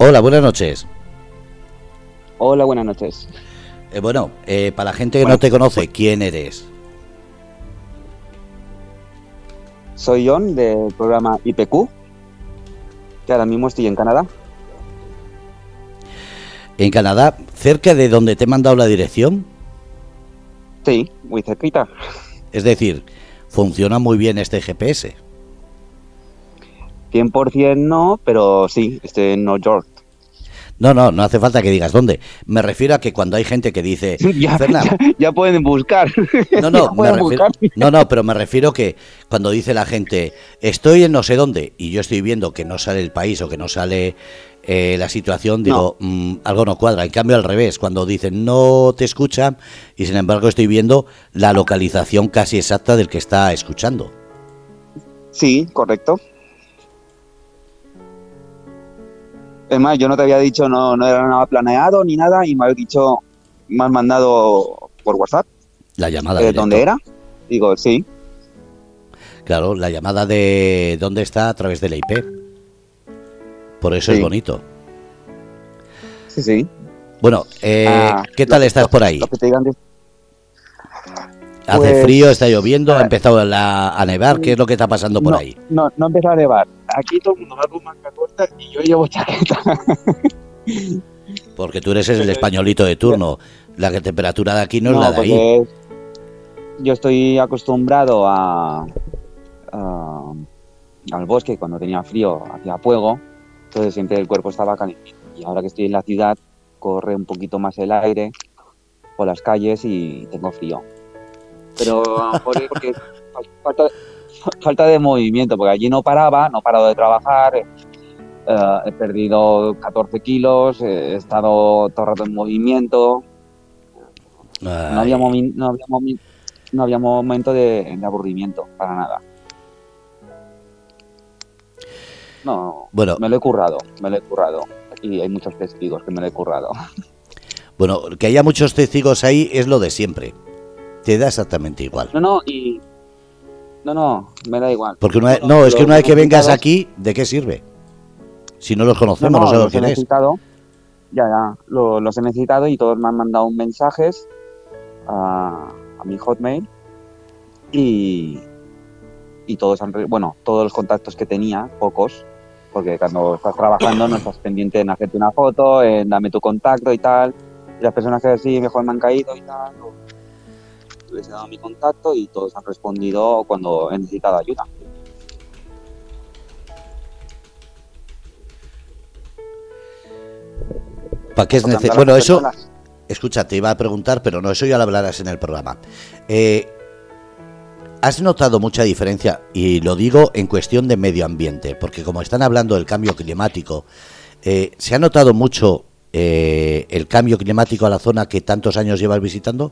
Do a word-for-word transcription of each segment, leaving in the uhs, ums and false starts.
Hola, buenas noches. Hola, buenas noches. Eh, bueno, eh, para la gente que Bueno, no te conoce, ¿quién eres? Soy John del programa I P Q, que ahora mismo estoy en Canadá. En Canadá, cerca de donde te he mandado la dirección. Sí, muy cerquita. Es decir, funciona muy bien este G P S. cien por ciento no, pero sí, estoy en New York. No, no, no hace falta que digas dónde. Me refiero a que cuando hay gente que dice, ya, Fernán, ya, ya pueden buscar. no, ya no, me pueden refiero, buscar. no, no, pero me refiero que cuando dice la gente, estoy en no sé dónde, y yo estoy viendo que no sale el país o que no sale eh, la situación, No, digo, mmm, algo no cuadra. En cambio, al revés, cuando dicen no te escuchan, y sin embargo estoy viendo la localización casi exacta del que está escuchando. sí, correcto. Es más, yo no te había dicho, no, no era nada planeado ni nada, y me has dicho, me has mandado por WhatsApp, La llamada eh, ¿dónde directo. era? Digo, sí, Claro, la llamada de dónde está a través de la I P. Por eso es sí, bonito. sí, sí. Bueno, eh, Ah, ¿qué lo tal que, estás lo, por ahí? lo que te digan, ¿Hace frío? ¿Está pues... lloviendo? ¿Ha empezado la- a nevar? ¿Qué es lo que está pasando por No, ahí? no, no empezó a nevar. Aquí todo el mundo va con manga corta y yo llevo chaqueta. Porque tú eres el Pero españolito de ya- turno. La que temperatura de aquí no es la no, de ahí. porque yo estoy acostumbrado a, a- al bosque cuando tenía frío, hacía fuego, entonces siempre el cuerpo estaba caliente. Y ahora que estoy en la ciudad, corre un poquito más el aire por las calles y tengo frío. Pero a lo mejor es porque fal- falta, falta de movimiento, porque allí no paraba, no he parado de trabajar. Uh, he perdido catorce kilos, he estado todo el rato en movimiento, no había, Ay. momi- no había, momi- no había momento de, de aburrimiento, para nada. No, Bueno, me lo he currado, me lo he currado. Y hay muchos testigos que me lo he currado. bueno, que haya muchos testigos ahí es lo de siempre. Te da exactamente igual. No, no, y... No, no, me da igual. Porque una vez, Bueno, no, es que los una vez que vengas necesitados... aquí, ¿de qué sirve? Si no los No, conocemos, no no, sabemos los he quién es. necesitado, ya, ya, lo- los he necesitado y todos me han mandado mensajes a, a mi Hotmail y... y todos han, re- bueno, todos los contactos que tenía, pocos, porque cuando estás trabajando no estás pendiente en hacerte una foto, en dame tu contacto y tal, y las personas que sí mejor me han caído y tal, o- les he dado mi contacto y todos han respondido cuando he necesitado ayuda. ¿Para qué es Porque han necesario? dado Bueno, las eso, personas. escucha, te iba a preguntar, pero no, eso ya lo hablarás en el programa. Eh, ¿Has notado mucha diferencia? Y lo digo en cuestión de medio ambiente, porque como están hablando del cambio climático, eh, ¿se ha notado mucho eh, el cambio climático a la zona que tantos años llevas visitando?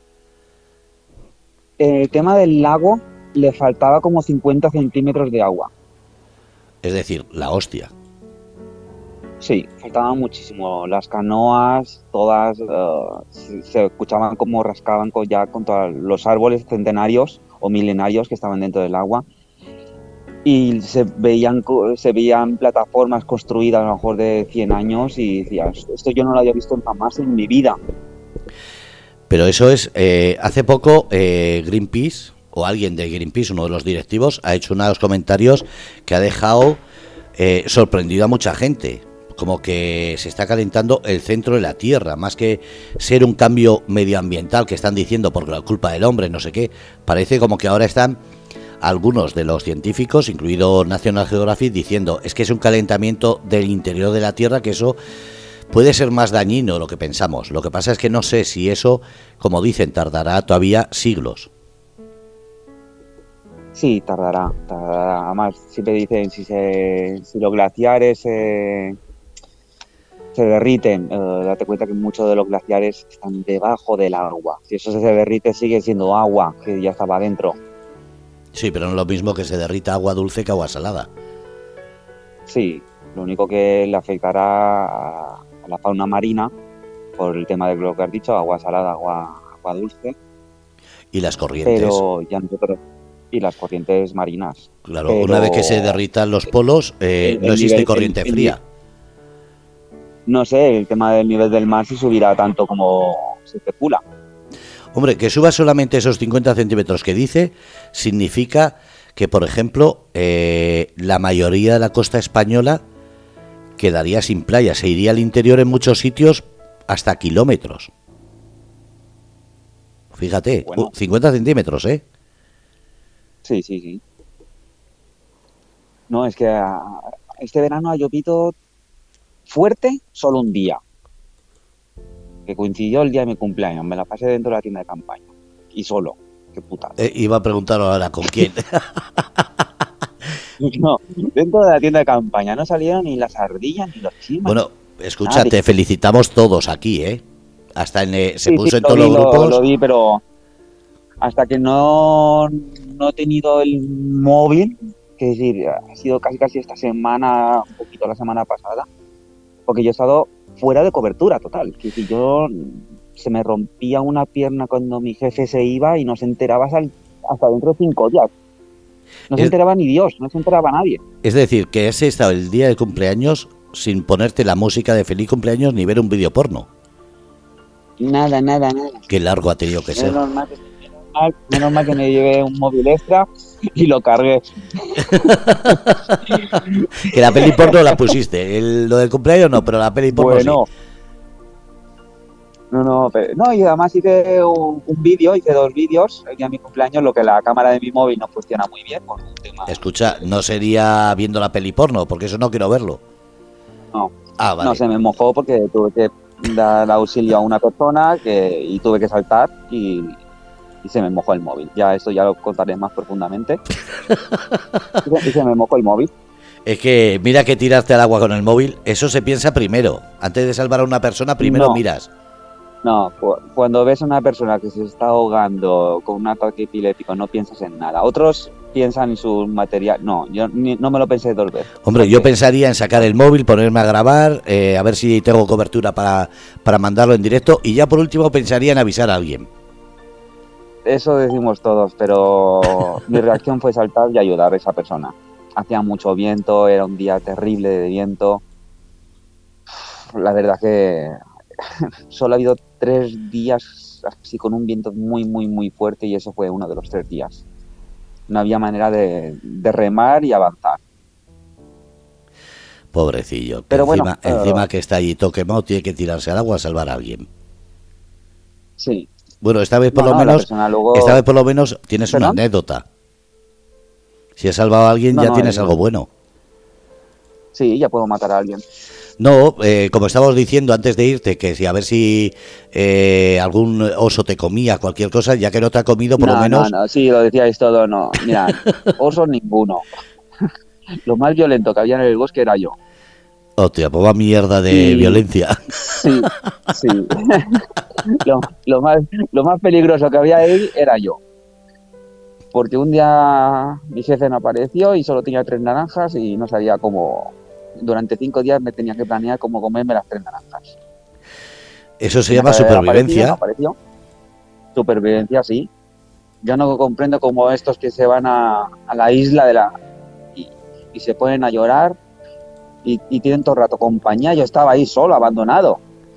El tema del lago le faltaba como cincuenta centímetros de agua. Es decir, la hostia. Sí, faltaba muchísimo. Las canoas, todas eh, se, se escuchaban como rascaban con, ya contra los árboles centenarios o milenarios que estaban dentro del agua. Y se veían, co- se veían plataformas construidas a lo mejor de cien años y decías, esto yo no lo había visto jamás en mi vida. Pero eso es, eh, hace poco eh, Greenpeace, o alguien de Greenpeace, uno de los directivos, ha hecho unos comentarios que ha dejado eh, sorprendido a mucha gente. Como que se está calentando el centro de la Tierra, más que ser un cambio medioambiental que están diciendo por la culpa del hombre, no sé qué. Parece como que ahora están algunos de los científicos, incluido National Geographic, diciendo es que es un calentamiento del interior de la Tierra, que eso puede ser más dañino de lo que pensamos. Lo que pasa es que no sé si eso, como dicen, tardará todavía siglos. Sí, tardará, tardará. Además, siempre dicen, si, se, si los glaciares se, se derriten, eh, date cuenta que muchos de los glaciares están debajo del agua. Si eso se derrite, sigue siendo agua, que ya estaba adentro. Sí, pero no es lo mismo que se derrita agua dulce que agua salada. Sí, lo único que le afectará a, a la fauna marina, por el tema de lo que has dicho, agua salada, agua, agua dulce, Y las corrientes. pero ya nosotros... Y las corrientes marinas. Claro, Pero una vez que se derritan los polos, eh, el, no el existe nivel, corriente el, el, fría. no sé, el tema del nivel del mar si subirá tanto como se especula. Hombre, que suba solamente esos cincuenta centímetros que dice, significa que, por ejemplo, eh, la mayoría de la costa española quedaría sin playa, se iría al interior en muchos sitios hasta kilómetros. Fíjate, bueno. uh, cincuenta centímetros, ¿eh? Sí, sí, sí. No, es que uh, este verano ha llovido fuerte solo un día, que coincidió el día de mi cumpleaños. Me la pasé dentro de la tienda de campaña y solo. Qué putada. Eh, iba a preguntar ahora con quién. No, dentro de la tienda de campaña no salieron ni las ardillas ni los chimas. Bueno, escucha, nadie. Te felicitamos todos aquí, ¿eh? Hasta en, eh, se sí, puso sí, en todos vi, los grupos. Lo, lo vi, pero hasta que no, no he tenido el móvil, que es decir, ha sido casi casi esta semana, un poquito la semana pasada, porque yo he estado fuera de cobertura total. Que si yo se me rompía una pierna cuando mi jefe se iba y no se enteraba hasta dentro de cinco días. No se es, enteraba ni Dios, no se enteraba nadie. Es decir, que has estado el día de cumpleaños sin ponerte la música de feliz cumpleaños ni ver un vídeo porno. Nada, nada, nada. Qué largo ha tenido que ser. Menos mal que, menos mal, menos mal que me llevé un móvil extra y lo cargué. Que la peli porno la pusiste, el, lo del cumpleaños no, pero la peli porno bueno, sí. No, no, pero, no, y además hice un, un vídeo, hice dos vídeos el día de mi cumpleaños, lo que la cámara de mi móvil no funciona muy bien por un tema. Escucha, no sería viendo la peli porno, porque eso no quiero verlo. No, ah, vale. No, se me mojó porque tuve que dar auxilio a una persona que, y tuve que saltar y, y se me mojó el móvil. Ya esto ya lo contaré más profundamente. y, y se me mojó el móvil. Es que mira que tiraste al agua con el móvil, eso se piensa primero. Antes de salvar a una persona, primero no. miras. No, cuando ves a una persona que se está ahogando con un ataque epiléptico no piensas en nada. Otros piensan en su material. No, yo ni, no me lo pensé dos veces. Hombre, yo pensaría en sacar el móvil, ponerme a grabar, eh, a ver si tengo cobertura para, para mandarlo en directo y ya por último pensaría en avisar a alguien. Eso decimos todos, pero mi reacción fue saltar y ayudar a esa persona. Hacía mucho viento, era un día terrible de viento. La verdad que solo ha habido tres días así con un viento muy, muy, muy fuerte y eso fue uno de los tres días. No había manera de, de remar y avanzar. Pobrecillo. Pero encima, bueno, encima uh, que está allí todo quemado, tiene que tirarse al agua a salvar a alguien. Sí. Bueno, esta vez por no, lo no, menos, luego... esta vez por lo menos tienes ¿Perdón? una anécdota. Si has salvado a alguien, no, ya no, tienes no. algo bueno. Sí, ya puedo matar a alguien. No, eh, como estábamos diciendo antes de irte, que si a ver si eh, algún oso te comía, cualquier cosa, ya que no te ha comido, por no, lo menos... No, no, sí, lo decíais todo, no. Mira, osos ninguno. Lo más violento que había en el bosque era yo. Hostia, pues va mierda de y... violencia. Sí, sí. lo, lo, más, lo más peligroso que había ahí era yo. Porque un día mi jefe no apareció y solo tenía tres naranjas y no sabía cómo... Durante cinco días me tenía que planear cómo comerme las tres naranjas. Eso se llama supervivencia. No apareció. Supervivencia, sí. Yo no comprendo cómo estos que se van a, a la isla de la y, y se ponen a llorar y, y tienen todo el rato compañía. Yo estaba ahí solo, abandonado.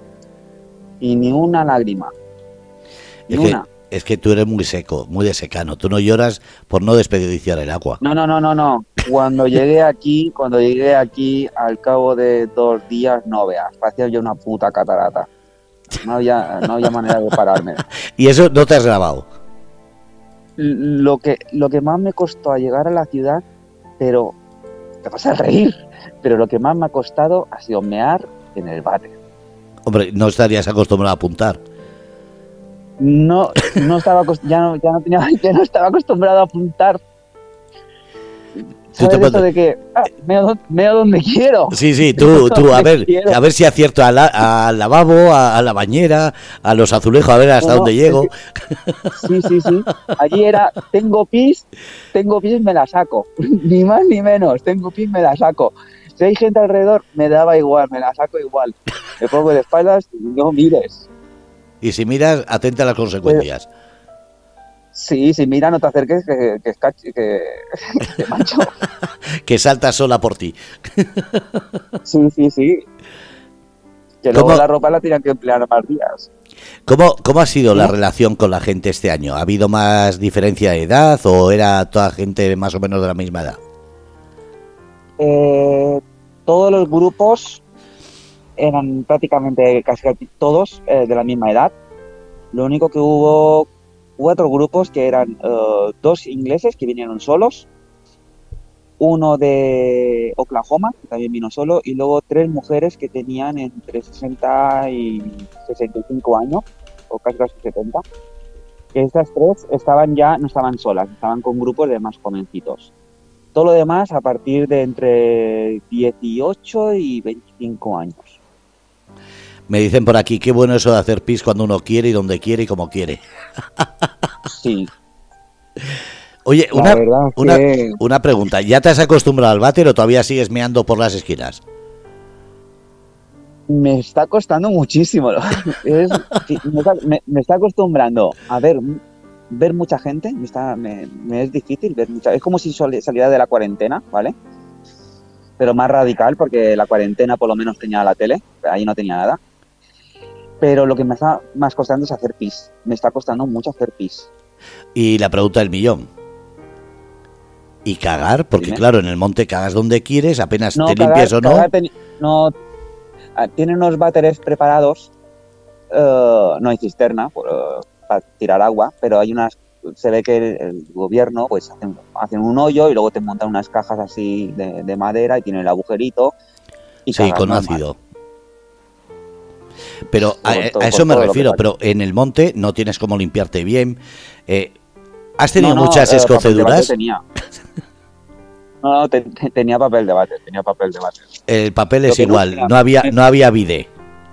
Y ni una lágrima. Ni es que, una. Es que tú eres muy seco, muy de secano. Tú no lloras por no desperdiciar el agua. No, no, no, no, no. Cuando llegué aquí, cuando llegué aquí, al cabo de dos días, no veas, parecía yo una puta catarata. No había, no había manera de pararme. ¿Y eso no te has grabado? Lo que, lo que más me costó a llegar a la ciudad, pero te vas a reír, pero lo que más me ha costado ha sido mear en el váter. Hombre, no estarías acostumbrado a apuntar. No, no estaba, ya no, ya no tenía, ya no estaba acostumbrado a apuntar. ¿Sabes esto de que ah, meo, meo donde quiero? Sí, sí, tú, tú, a ver, quiero. a ver si acierto al la, lavabo, a, a la bañera, a los azulejos, a ver hasta no, dónde llego. Sí, sí, sí. Allí era, tengo pis, tengo pis, me la saco. Ni más ni menos, tengo pis, me la saco. Si hay gente alrededor, me daba igual, me la saco igual. Me pongo de espaldas y no mires. Y si miras, atenta a las consecuencias. Pero, sí, si mira, no te acerques, que, que, que, que, que macho. Que salta sola por ti. Sí, sí, sí. Que luego ¿Cómo, la ropa la tenían que emplear más días. ¿cómo, cómo ha sido ¿Sí? la relación con la gente este año? ¿Ha habido más diferencia de edad o era toda gente más o menos de la misma edad? Eh, todos los grupos eran prácticamente casi todos eh, de la misma edad. Lo único que hubo cuatro grupos que eran uh, dos ingleses que vinieron solos, uno de Oklahoma que también vino solo y luego tres mujeres que tenían entre sesenta y sesenta y cinco años o casi casi setenta. Que estas tres estaban ya, no estaban solas, estaban con grupos de más jovencitos. Todo lo demás a partir de entre dieciocho y veinticinco años. Me dicen por aquí, qué bueno eso de hacer pis cuando uno quiere y donde quiere y como quiere. Sí. Oye, La una, verdad una, que... una pregunta, ¿ya te has acostumbrado al váter o todavía sigues meando por las esquinas? Me está costando muchísimo. Es, me, está, me, me está acostumbrando a ver, ver mucha gente. Me, está, me, me es difícil ver mucha. Es como si saliera de la cuarentena, ¿vale? Pero más radical porque la cuarentena por lo menos tenía la tele, ahí no tenía nada. Pero lo que me está más costando es hacer pis. Me está costando mucho hacer pis. Y la pregunta del millón. ¿Y cagar? Porque Dime. claro, en el monte cagas donde quieres, apenas no, te cagar, limpies o no. Cagar ten, no tienen unos váteres preparados. Uh, no hay cisterna uh, para tirar agua, pero hay unas. Se ve que el, el gobierno pues hacen, hacen un hoyo y luego te montan unas cajas así de, de madera y tienen el agujerito. Y sí, con normal. Ácido. Pero a, todo, a eso me refiero, pero en el monte no tienes cómo limpiarte bien. Eh, ¿Has tenido no, no, muchas escoceduras? Tenía. No, no, te, te, tenía papel de váter, tenía papel de váter. El papel es igual, no, no había no había bidet.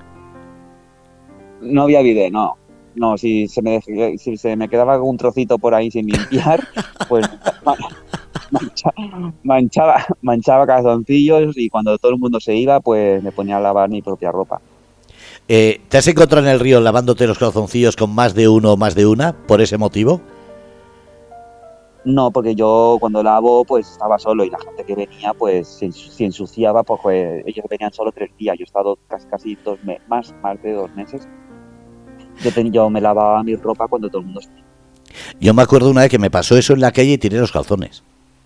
No había bidet, no. No, si se me si se me quedaba algún trocito por ahí sin limpiar, pues manchaba, manchaba, manchaba calzoncillos y cuando todo el mundo se iba, pues me ponía a lavar mi propia ropa. Eh, ¿Te has encontrado en el río lavándote los calzoncillos con más de uno o más de una por ese motivo? No, porque yo cuando lavo pues estaba solo y la gente que venía pues se, se ensuciaba porque ellos venían solo tres días. Yo he estado casi, casi dos meses, más, más de dos meses. Yo, ten, yo me lavaba mi ropa cuando todo el mundo estaba. Yo me acuerdo una vez que me pasó eso en la calle y tiré los calzones.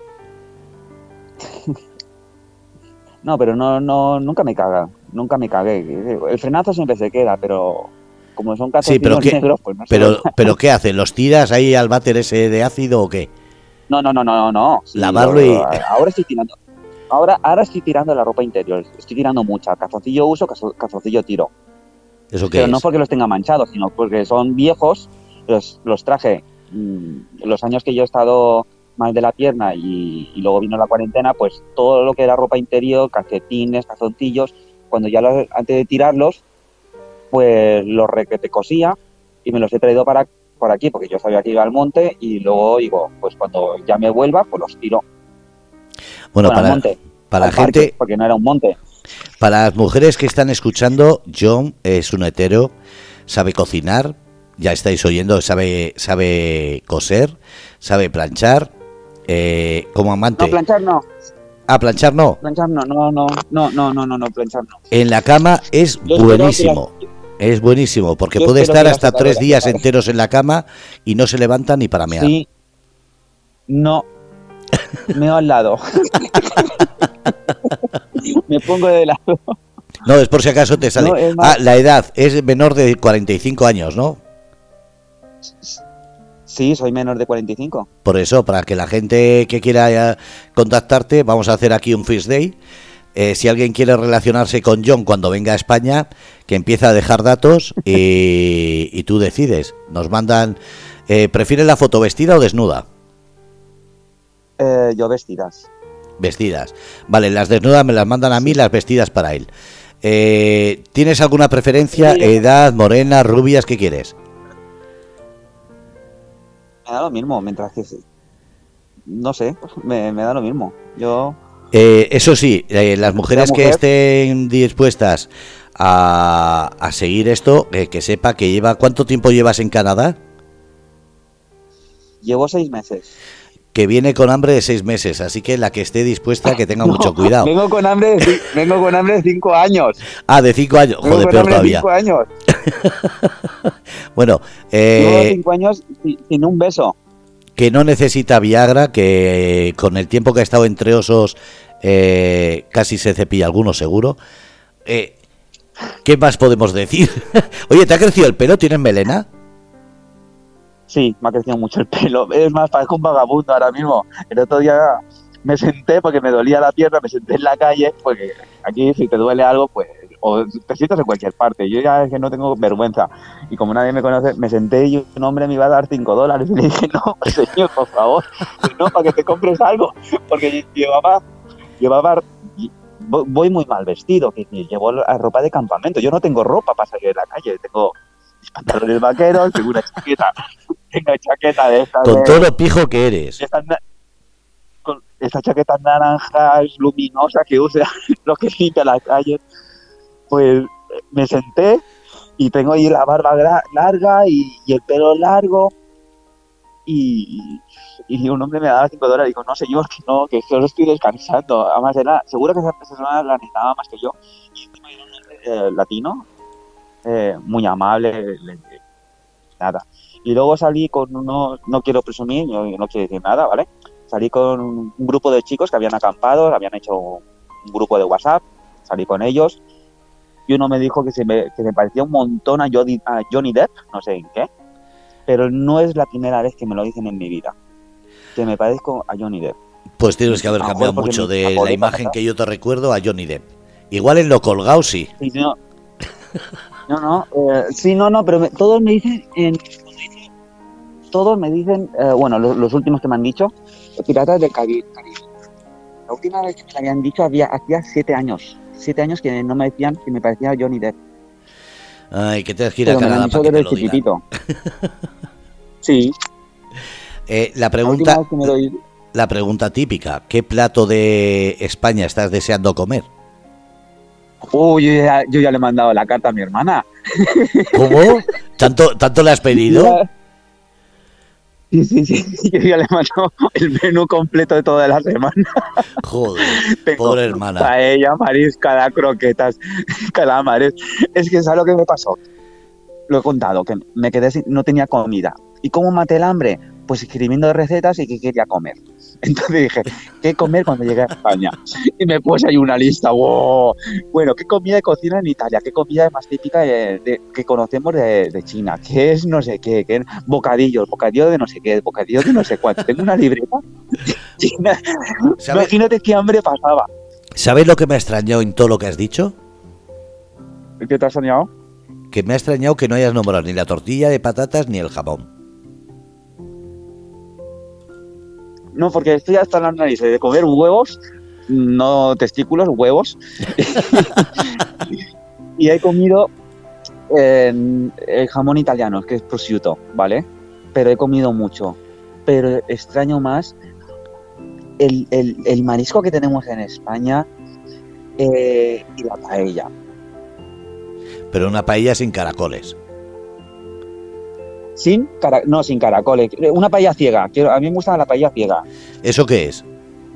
No, pero no, no, nunca me caga, nunca me cagué. El frenazo siempre se queda, pero como son calzoncillos sí, negros, pues no sé. Pero, pero ¿qué haces? ¿Los tiras ahí al váter ese de ácido o qué? No, no, no, no, no. Sí, lavarlo yo, y... Ahora estoy tirando. Ahora, ahora estoy tirando la ropa interior. Estoy tirando mucha. Calzoncillo uso, calzoncillo tiro. ¿Eso qué Pero es? no porque los tenga manchados, sino porque son viejos. Los, los traje mmm, los años que yo he estado mal de la pierna y, y luego vino la cuarentena, pues todo lo que era ropa interior, calcetines, calzoncillos, cuando ya los, antes de tirarlos, pues los requete cosía y me los he traído para por aquí porque yo sabía que iba al monte y luego digo, pues cuando ya me vuelva, pues los tiro. Bueno, para, monte, para la gente, parque, porque no era un monte. Para las mujeres que están escuchando, John es un hetero, sabe cocinar, ya estáis oyendo, sabe sabe coser, sabe planchar, eh, como amante. No, planchar no. Ah, planchar no. Planchar no, no, no, no, no, no, no, no planchar no. En la cama es yo buenísimo. Es buenísimo, porque Yo puede estar hasta tres días enteros en la cama y no se levanta ni para mear. Sí. No. Meo al lado. Me pongo de lado. No, es por si acaso te sale. No, más... Ah, la edad es menor de cuarenta y cinco años, ¿no? Sí, soy menor de cuarenta y cinco. Por eso, para que la gente que quiera contactarte, vamos a hacer aquí un First Day. Eh, si alguien quiere relacionarse con John cuando venga a España, que empieza a dejar datos y, y tú decides. Nos mandan... Eh, ¿Prefieres la foto vestida o desnuda? Eh, yo vestidas. Vestidas. Vale, las desnudas me las mandan a mí, las vestidas para él. Eh, ¿Tienes alguna preferencia? Sí, edad, morena, rubias, ¿qué quieres? Me da lo mismo, mientras que... No sé, me, me da lo mismo. Yo... Eh, eso sí, eh, las mujeres mujer? que estén dispuestas a, a seguir esto, eh, que sepa que lleva... ¿Cuánto tiempo llevas en Canadá? Llevo seis meses. que viene con hambre de seis meses, así que la que esté dispuesta que tenga no, mucho cuidado. Vengo con hambre de, vengo con hambre de cinco años. Ah, de cinco años. Vengo Joder, con peor hambre todavía. De cinco años. Bueno, eh, Llevo cinco años sin un beso. Que no necesita Viagra, que con el tiempo que ha estado entre osos eh, casi se cepilla alguno seguro. Eh, ¿Qué más podemos decir? Oye, ¿te ha crecido el pelo? ¿Tienes melena? Sí, me ha crecido mucho el pelo. Es más, parezco un vagabundo ahora mismo. El otro día me senté porque me dolía la pierna, me senté en la calle, porque aquí si te duele algo, pues o te sientas en cualquier parte. Yo ya es que no tengo vergüenza. Y como nadie me conoce, me senté y un hombre me iba a dar cinco dólares. Y le dije, no, señor, por favor, no, para que te compres algo. Porque llevaba, llevaba, voy muy mal vestido, que llevo la ropa de campamento. Yo no tengo ropa para salir de la calle, tengo pantalones vaqueros, tengo una chaqueta, tengo chaqueta de esta. Con de, todo lo pijo que eres. Esta, con esta chaqueta naranja luminosa que usa lo que limpia la calle. Pues me senté y tengo ahí la barba larga y, y el pelo largo y, y un hombre me daba cinco dólares y digo, no señor, que no, que solo estoy descansando. Además era, seguro que esa persona la necesitaba más que yo. Y encima era un hombre eh, latino, eh, muy amable, le, nada. Y luego salí con unos, no quiero presumir, yo no quiero decir nada, ¿vale? Salí con un grupo de chicos que habían acampado, habían hecho un grupo de WhatsApp, salí con ellos. Y uno me dijo que se me, que me parecía un montón a Johnny, a Johnny Depp, no sé en qué, pero no es la primera vez que me lo dicen en mi vida, que me parezco a Johnny Depp. Pues tienes que haber cambiado mucho de la imagen que yo te recuerdo a Johnny Depp. Igual en lo colgado sí. Sí, no, no, no, eh, sí, no, no, pero me, todos me dicen, en, todos me dicen, eh, bueno, los, los últimos que me han dicho, Piratas del Caribe. La última vez que me lo habían dicho había hacía siete años. Siete años que no me decían que me parecía a Johnny Depp. Ay, que te has que ir a Canadá para que te lo digan. Sí. Eh, la pregunta, la, doy... la pregunta típica, ¿qué plato de España estás deseando comer? Uy, yo ya, yo ya le he mandado la carta a mi hermana. ¿Cómo? ¿Tanto, tanto le has pedido? Ya... Sí, sí, sí, yo ya le mando el menú completo de toda la semana. Joder, tengo pobre hermana. Paella, mariscada, croquetas, calamares. Es que ¿sabes lo que me pasó? Lo he contado, que me quedé sin, no tenía comida. ¿Y cómo maté el hambre? Pues escribiendo recetas y qué quería comer. Entonces dije, ¿qué comer cuando llegué a España? Y me puse ahí una lista. ¡Wow! Bueno, ¿qué comida de cocina en Italia? ¿Qué comida es más típica de, de, que conocemos de, de China? ¿Qué es no sé qué? ¿Qué es bocadillos? ¿Bocadillo de no sé qué? ¿Bocadillo de no sé cuánto? Tengo una libreta china. Imagínate qué hambre pasaba. ¿Sabes lo que me ha extrañado en todo lo que has dicho? ¿Qué te has extrañado? Que me ha extrañado que no hayas nombrado ni la tortilla de patatas ni el jamón. No, porque estoy hasta la nariz de comer huevos, no testículos, huevos. Y he comido eh, el jamón italiano, que es prosciutto, ¿vale? Pero he comido mucho. Pero extraño más el, el, el marisco que tenemos en España eh, y la paella. Pero una paella sin caracoles. Sin cara, no, sin caracoles. Una paella ciega. Quiero, a mí me gusta la paella ciega. ¿Eso qué es?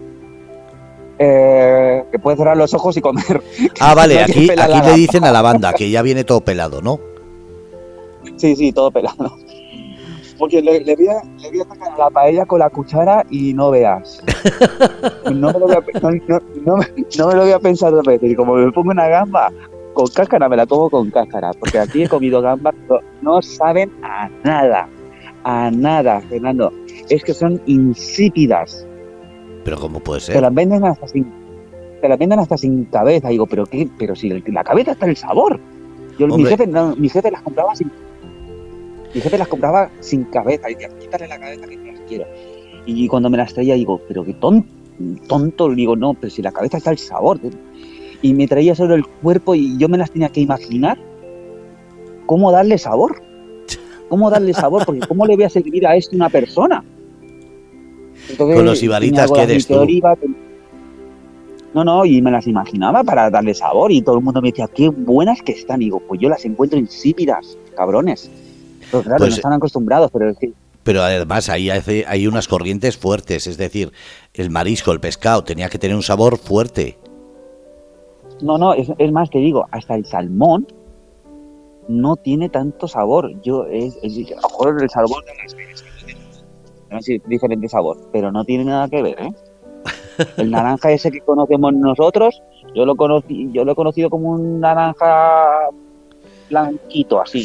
Eh, que puedes cerrar los ojos y comer. Ah, vale, aquí, aquí le dicen a la banda, que ya viene todo pelado, ¿no? Sí, sí, todo pelado. Porque le, le, voy a, le voy a sacar a la paella con la cuchara y no veas. No me lo voy a, no, no, no, no me lo voy a pensar dos veces. Y como me pongo una gamba con cáscara, me la como con cáscara. Porque aquí he comido gambas, no, no saben a nada. A nada, Fernando. Es que son insípidas. ¿Pero cómo puede ser? Te las venden hasta sin, te las venden hasta sin cabeza. Digo, ¿pero qué? Pero si la cabeza está el sabor. Yo, mi jefe, no, mi jefe las compraba sin... Mi jefe las compraba sin cabeza. Y decía, quítale la cabeza que no las quiero. Y cuando me las traía, digo, pero qué tonto. Tonto. Digo, no, pero si la cabeza está el sabor. Y me traía solo el cuerpo y yo me las tenía que imaginar. ¿Cómo darle sabor? ¿Cómo darle sabor? Porque ¿cómo le voy a servir a esto una persona? Entonces, con los ibaritas que eres tú. Oliva, no, no, y me las imaginaba para darle sabor y todo el mundo me decía, qué buenas que están. Y digo, pues yo las encuentro insípidas, cabrones. Pero claro, pues, no están acostumbrados, pero es que Pero además ahí hace, hay unas corrientes fuertes, es decir, el marisco, el pescado, tenía que tener un sabor fuerte. No, no, es, es más, te digo, hasta el salmón no tiene tanto sabor. Yo, es, es, a lo mejor el sabor de las veces, no sé, diferente sabor, pero no tiene nada que ver, ¿eh? El naranja ese que conocemos nosotros, yo lo conocí, yo lo he conocido como un naranja blanquito, así.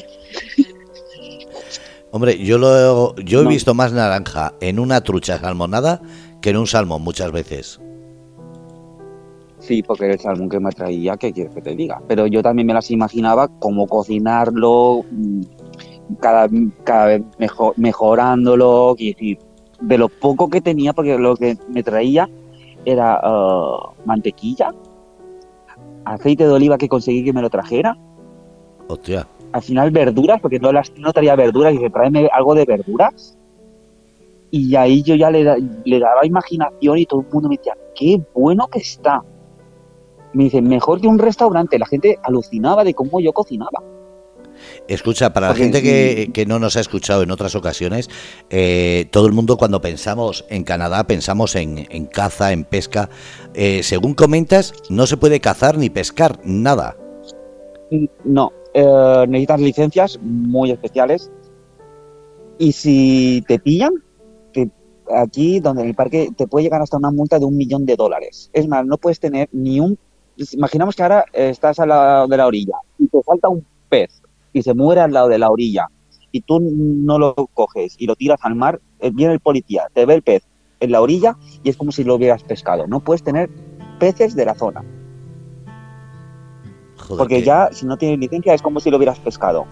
Hombre, yo lo yo he No. visto más naranja en una trucha salmonada que en un salmón muchas veces. Sí, porque el salmón que me traía, ¿qué quieres que te diga? Pero yo también me las imaginaba cómo cocinarlo, cada, cada vez mejor, mejorándolo, y decir, de lo poco que tenía, porque lo que me traía era uh, mantequilla, aceite de oliva que conseguí que me lo trajera. Hostia. Al final verduras, porque no las no traía verduras, y dije, tráeme algo de verduras. Y ahí yo ya le, da, le daba imaginación y todo el mundo me decía, qué bueno que está. Me dicen, mejor que un restaurante. La gente alucinaba de cómo yo cocinaba. Escucha, para Porque, la gente que, que no nos ha escuchado en otras ocasiones, eh, todo el mundo cuando pensamos en Canadá pensamos en, en caza, en pesca. Eh, según comentas, no se puede cazar ni pescar, nada. No, eh, necesitas licencias muy especiales. Y si te pillan, te, aquí donde en el parque te puede llegar hasta una multa de un millón de dólares. Es más, no puedes tener ni un... Imaginamos que ahora estás al lado de la orilla y te salta un pez y se muere al lado de la orilla y tú no lo coges y lo tiras al mar, viene el policía, te ve el pez en la orilla y es como si lo hubieras pescado. No puedes tener peces de la zona. Joder, porque que... ya si no tienes licencia es como si lo hubieras pescado.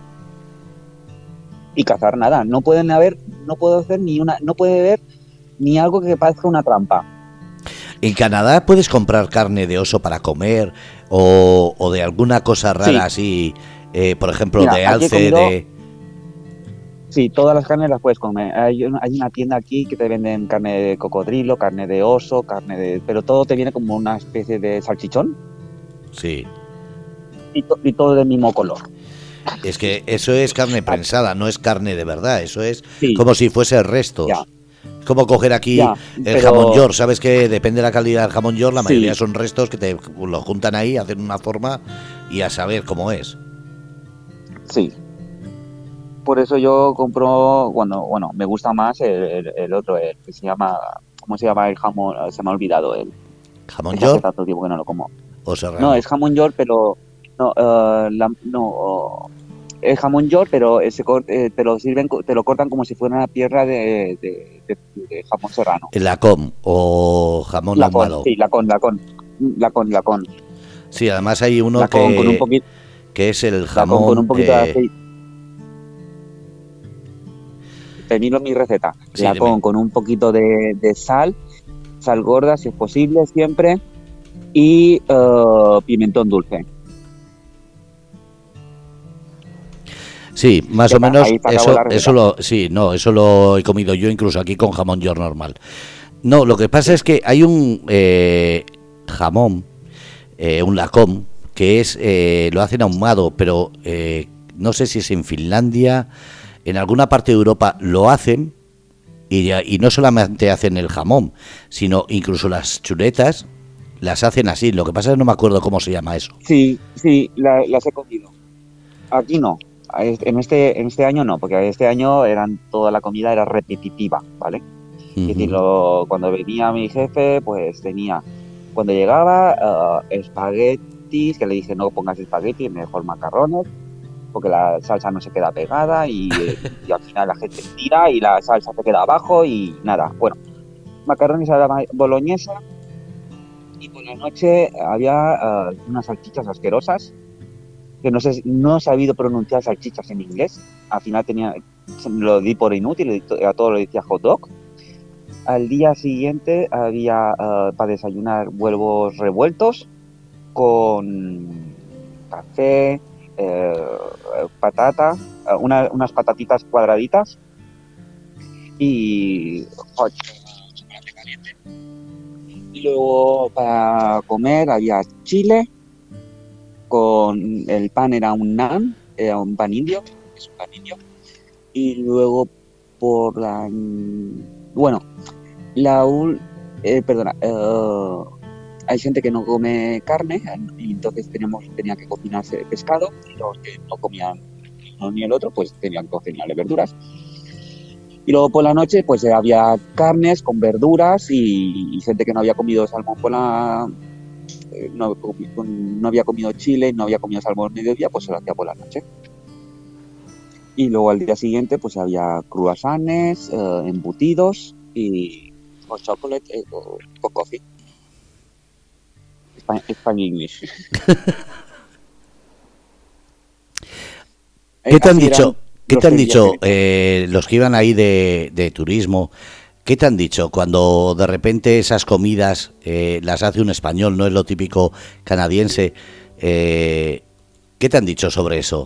Y cazar nada. No pueden haber, no puedo hacer ni una, no puede haber ni algo que parezca una trampa. ¿En Canadá puedes comprar carne de oso para comer o, o de alguna cosa rara Sí. así, eh, por ejemplo, Mira, de aquí he alce, comido- de... Sí, todas las carnes las puedes comer. Hay una, hay una tienda aquí que te venden carne de cocodrilo, carne de oso, carne de... Pero todo te viene como una especie de salchichón Sí, y, to- y todo del mismo color. es que eso es carne prensada, no es carne de verdad, eso es Sí, como si fuese restos. ya, Es como coger aquí ya. el Pero jamón york, ¿sabes que depende de la calidad del jamón york, la Sí. mayoría son restos que te lo juntan ahí, hacen una forma y a saber cómo es. sí. Por eso yo compro, bueno, bueno, me gusta más el, el- el otro, el que se llama, ¿cómo se llama el jamón? Se me ha olvidado el. ¿Jamón Es que hace york tanto tiempo que no lo como. o serrano? No, es jamón york, pero no, eh, la- no, es jamón york, pero ese cor- eh, te lo sirven, co- te lo cortan como si fuera una pierna de, de- de- de jamón serrano. El lacón o jamón Lacón, ahumado. sí, lacón, lacón, lacón, lacón, Sí, además hay uno lacón con un que, poquito, que es el lacón con un jamón... poquito de eh, aceite. Termino mi receta. Sí, Lacón dime. con un poquito de, de sal, sal gorda si es posible siempre, y eh, pimentón dulce. Sí, más Ya o está, menos ahí se acabó eso, la receta. eso lo, sí, no, eso lo he comido yo incluso aquí con jamón york normal. No, lo que pasa es que hay un eh, jamón, eh, un lacón, que es, eh, lo hacen ahumado, pero eh, no sé si es en Finlandia, en alguna parte de Europa lo hacen y, ya- y no solamente hacen el jamón, sino incluso las chuletas las hacen así. Lo que pasa es que no me acuerdo cómo se llama eso. Sí, sí, la- las he comido. Aquí no. A este- En este, en este año no, porque este año eran toda la comida era repetitiva, ¿vale? Es decir, Ujú. lo- cuando venía mi jefe, pues tenía, cuando llegaba, eh, espaguetis, que le dije no pongas espaguetis, mejor macarrones, porque la salsa no se queda pegada y, y al final la gente tira y la salsa se queda abajo y nada. Bueno, macarrones a la ma- boloñesa y por la noche había eh, unas salchichas asquerosas que no sé, no he sabido pronunciar salchichas en inglés. Al final tenía, lo di por inútil, a todo lo decía hot dog. Al día siguiente había uh, para desayunar huevos revueltos con café, eh, patata, uh, una, unas patatitas cuadraditas y oh, chocolate caliente. Y luego para comer había chile, con el pan era un naan, era un pan indio, es un pan indio, y luego por la... Bueno, la... Eh, perdona, eh, hay gente que no come carne y entonces teníamos, tenía que cocinarse pescado, y los que no comían ni uno ni el otro, pues tenían que cocinarle verduras. Y luego por la noche pues había carnes con verduras y, y gente que no había comido salmón por la... No, no había comido chile, no había comido salmón al mediodía, pues se lo hacía por la noche. Y luego al día siguiente pues había cruasanes, eh, embutidos y hot chocolate eh, o, o coffee. Español English. ¿Qué te han dicho? ¿Qué te han dicho eh, los que iban ahí de, de turismo? ¿Qué te han dicho cuando de repente esas comidas eh, las hace un español, no es lo típico canadiense? Eh, ¿Qué te han dicho sobre eso?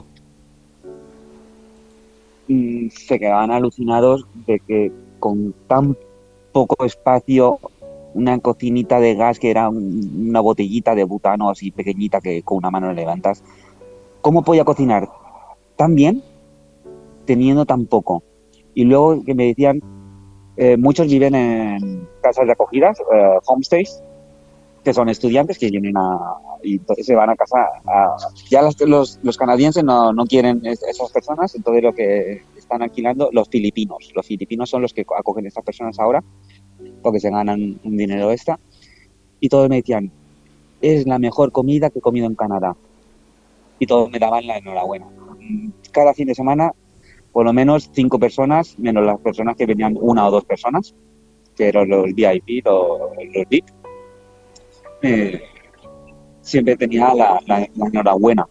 Mm, se quedaban alucinados de que con tan poco espacio, una cocinita de gas que era un, una botellita de butano así pequeñita que con una mano levantas, ¿cómo podía cocinar tan bien teniendo tan poco? Y luego que me decían, eh, muchos viven en casas de acogidas, eh, homestays, que son estudiantes que vienen a y entonces se van a casa a, ya las, los, los canadienses no, no quieren es, esas personas, entonces lo que están alquilando los filipinos los filipinos son los que acogen a estas personas ahora porque se ganan un dinero extra, y todos me decían, es la mejor comida que he comido en Canadá, y todos me daban la enhorabuena. Cada fin de semana por lo menos cinco personas, menos las personas que venían una o dos personas, que eran los V I P, los, los V I P, eh, siempre tenía la, la, la enhorabuena.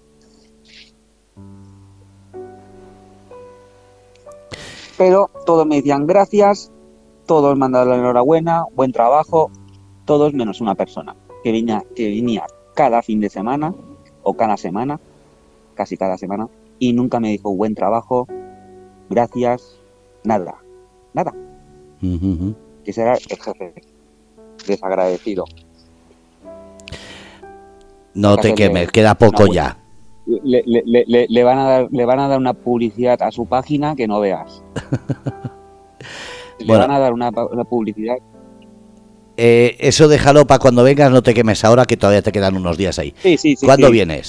Pero todos me decían gracias, todos me han dado la enhorabuena, buen trabajo, todos menos una persona, que venía, que venía cada fin de semana, o cada semana, casi cada semana, y nunca me dijo buen trabajo, gracias, nada, nada. Uh-huh. Que será el jefe desagradecido. No te quemes, queda poco ya. Le, le, le, le, van a dar, le van a dar una publicidad a su página que no veas. Le bueno, van a dar una, una publicidad. Eh, eso déjalo para cuando vengas, no te quemes ahora, que todavía te quedan unos días ahí. Sí, sí, sí. ¿Cuándo sí. vienes?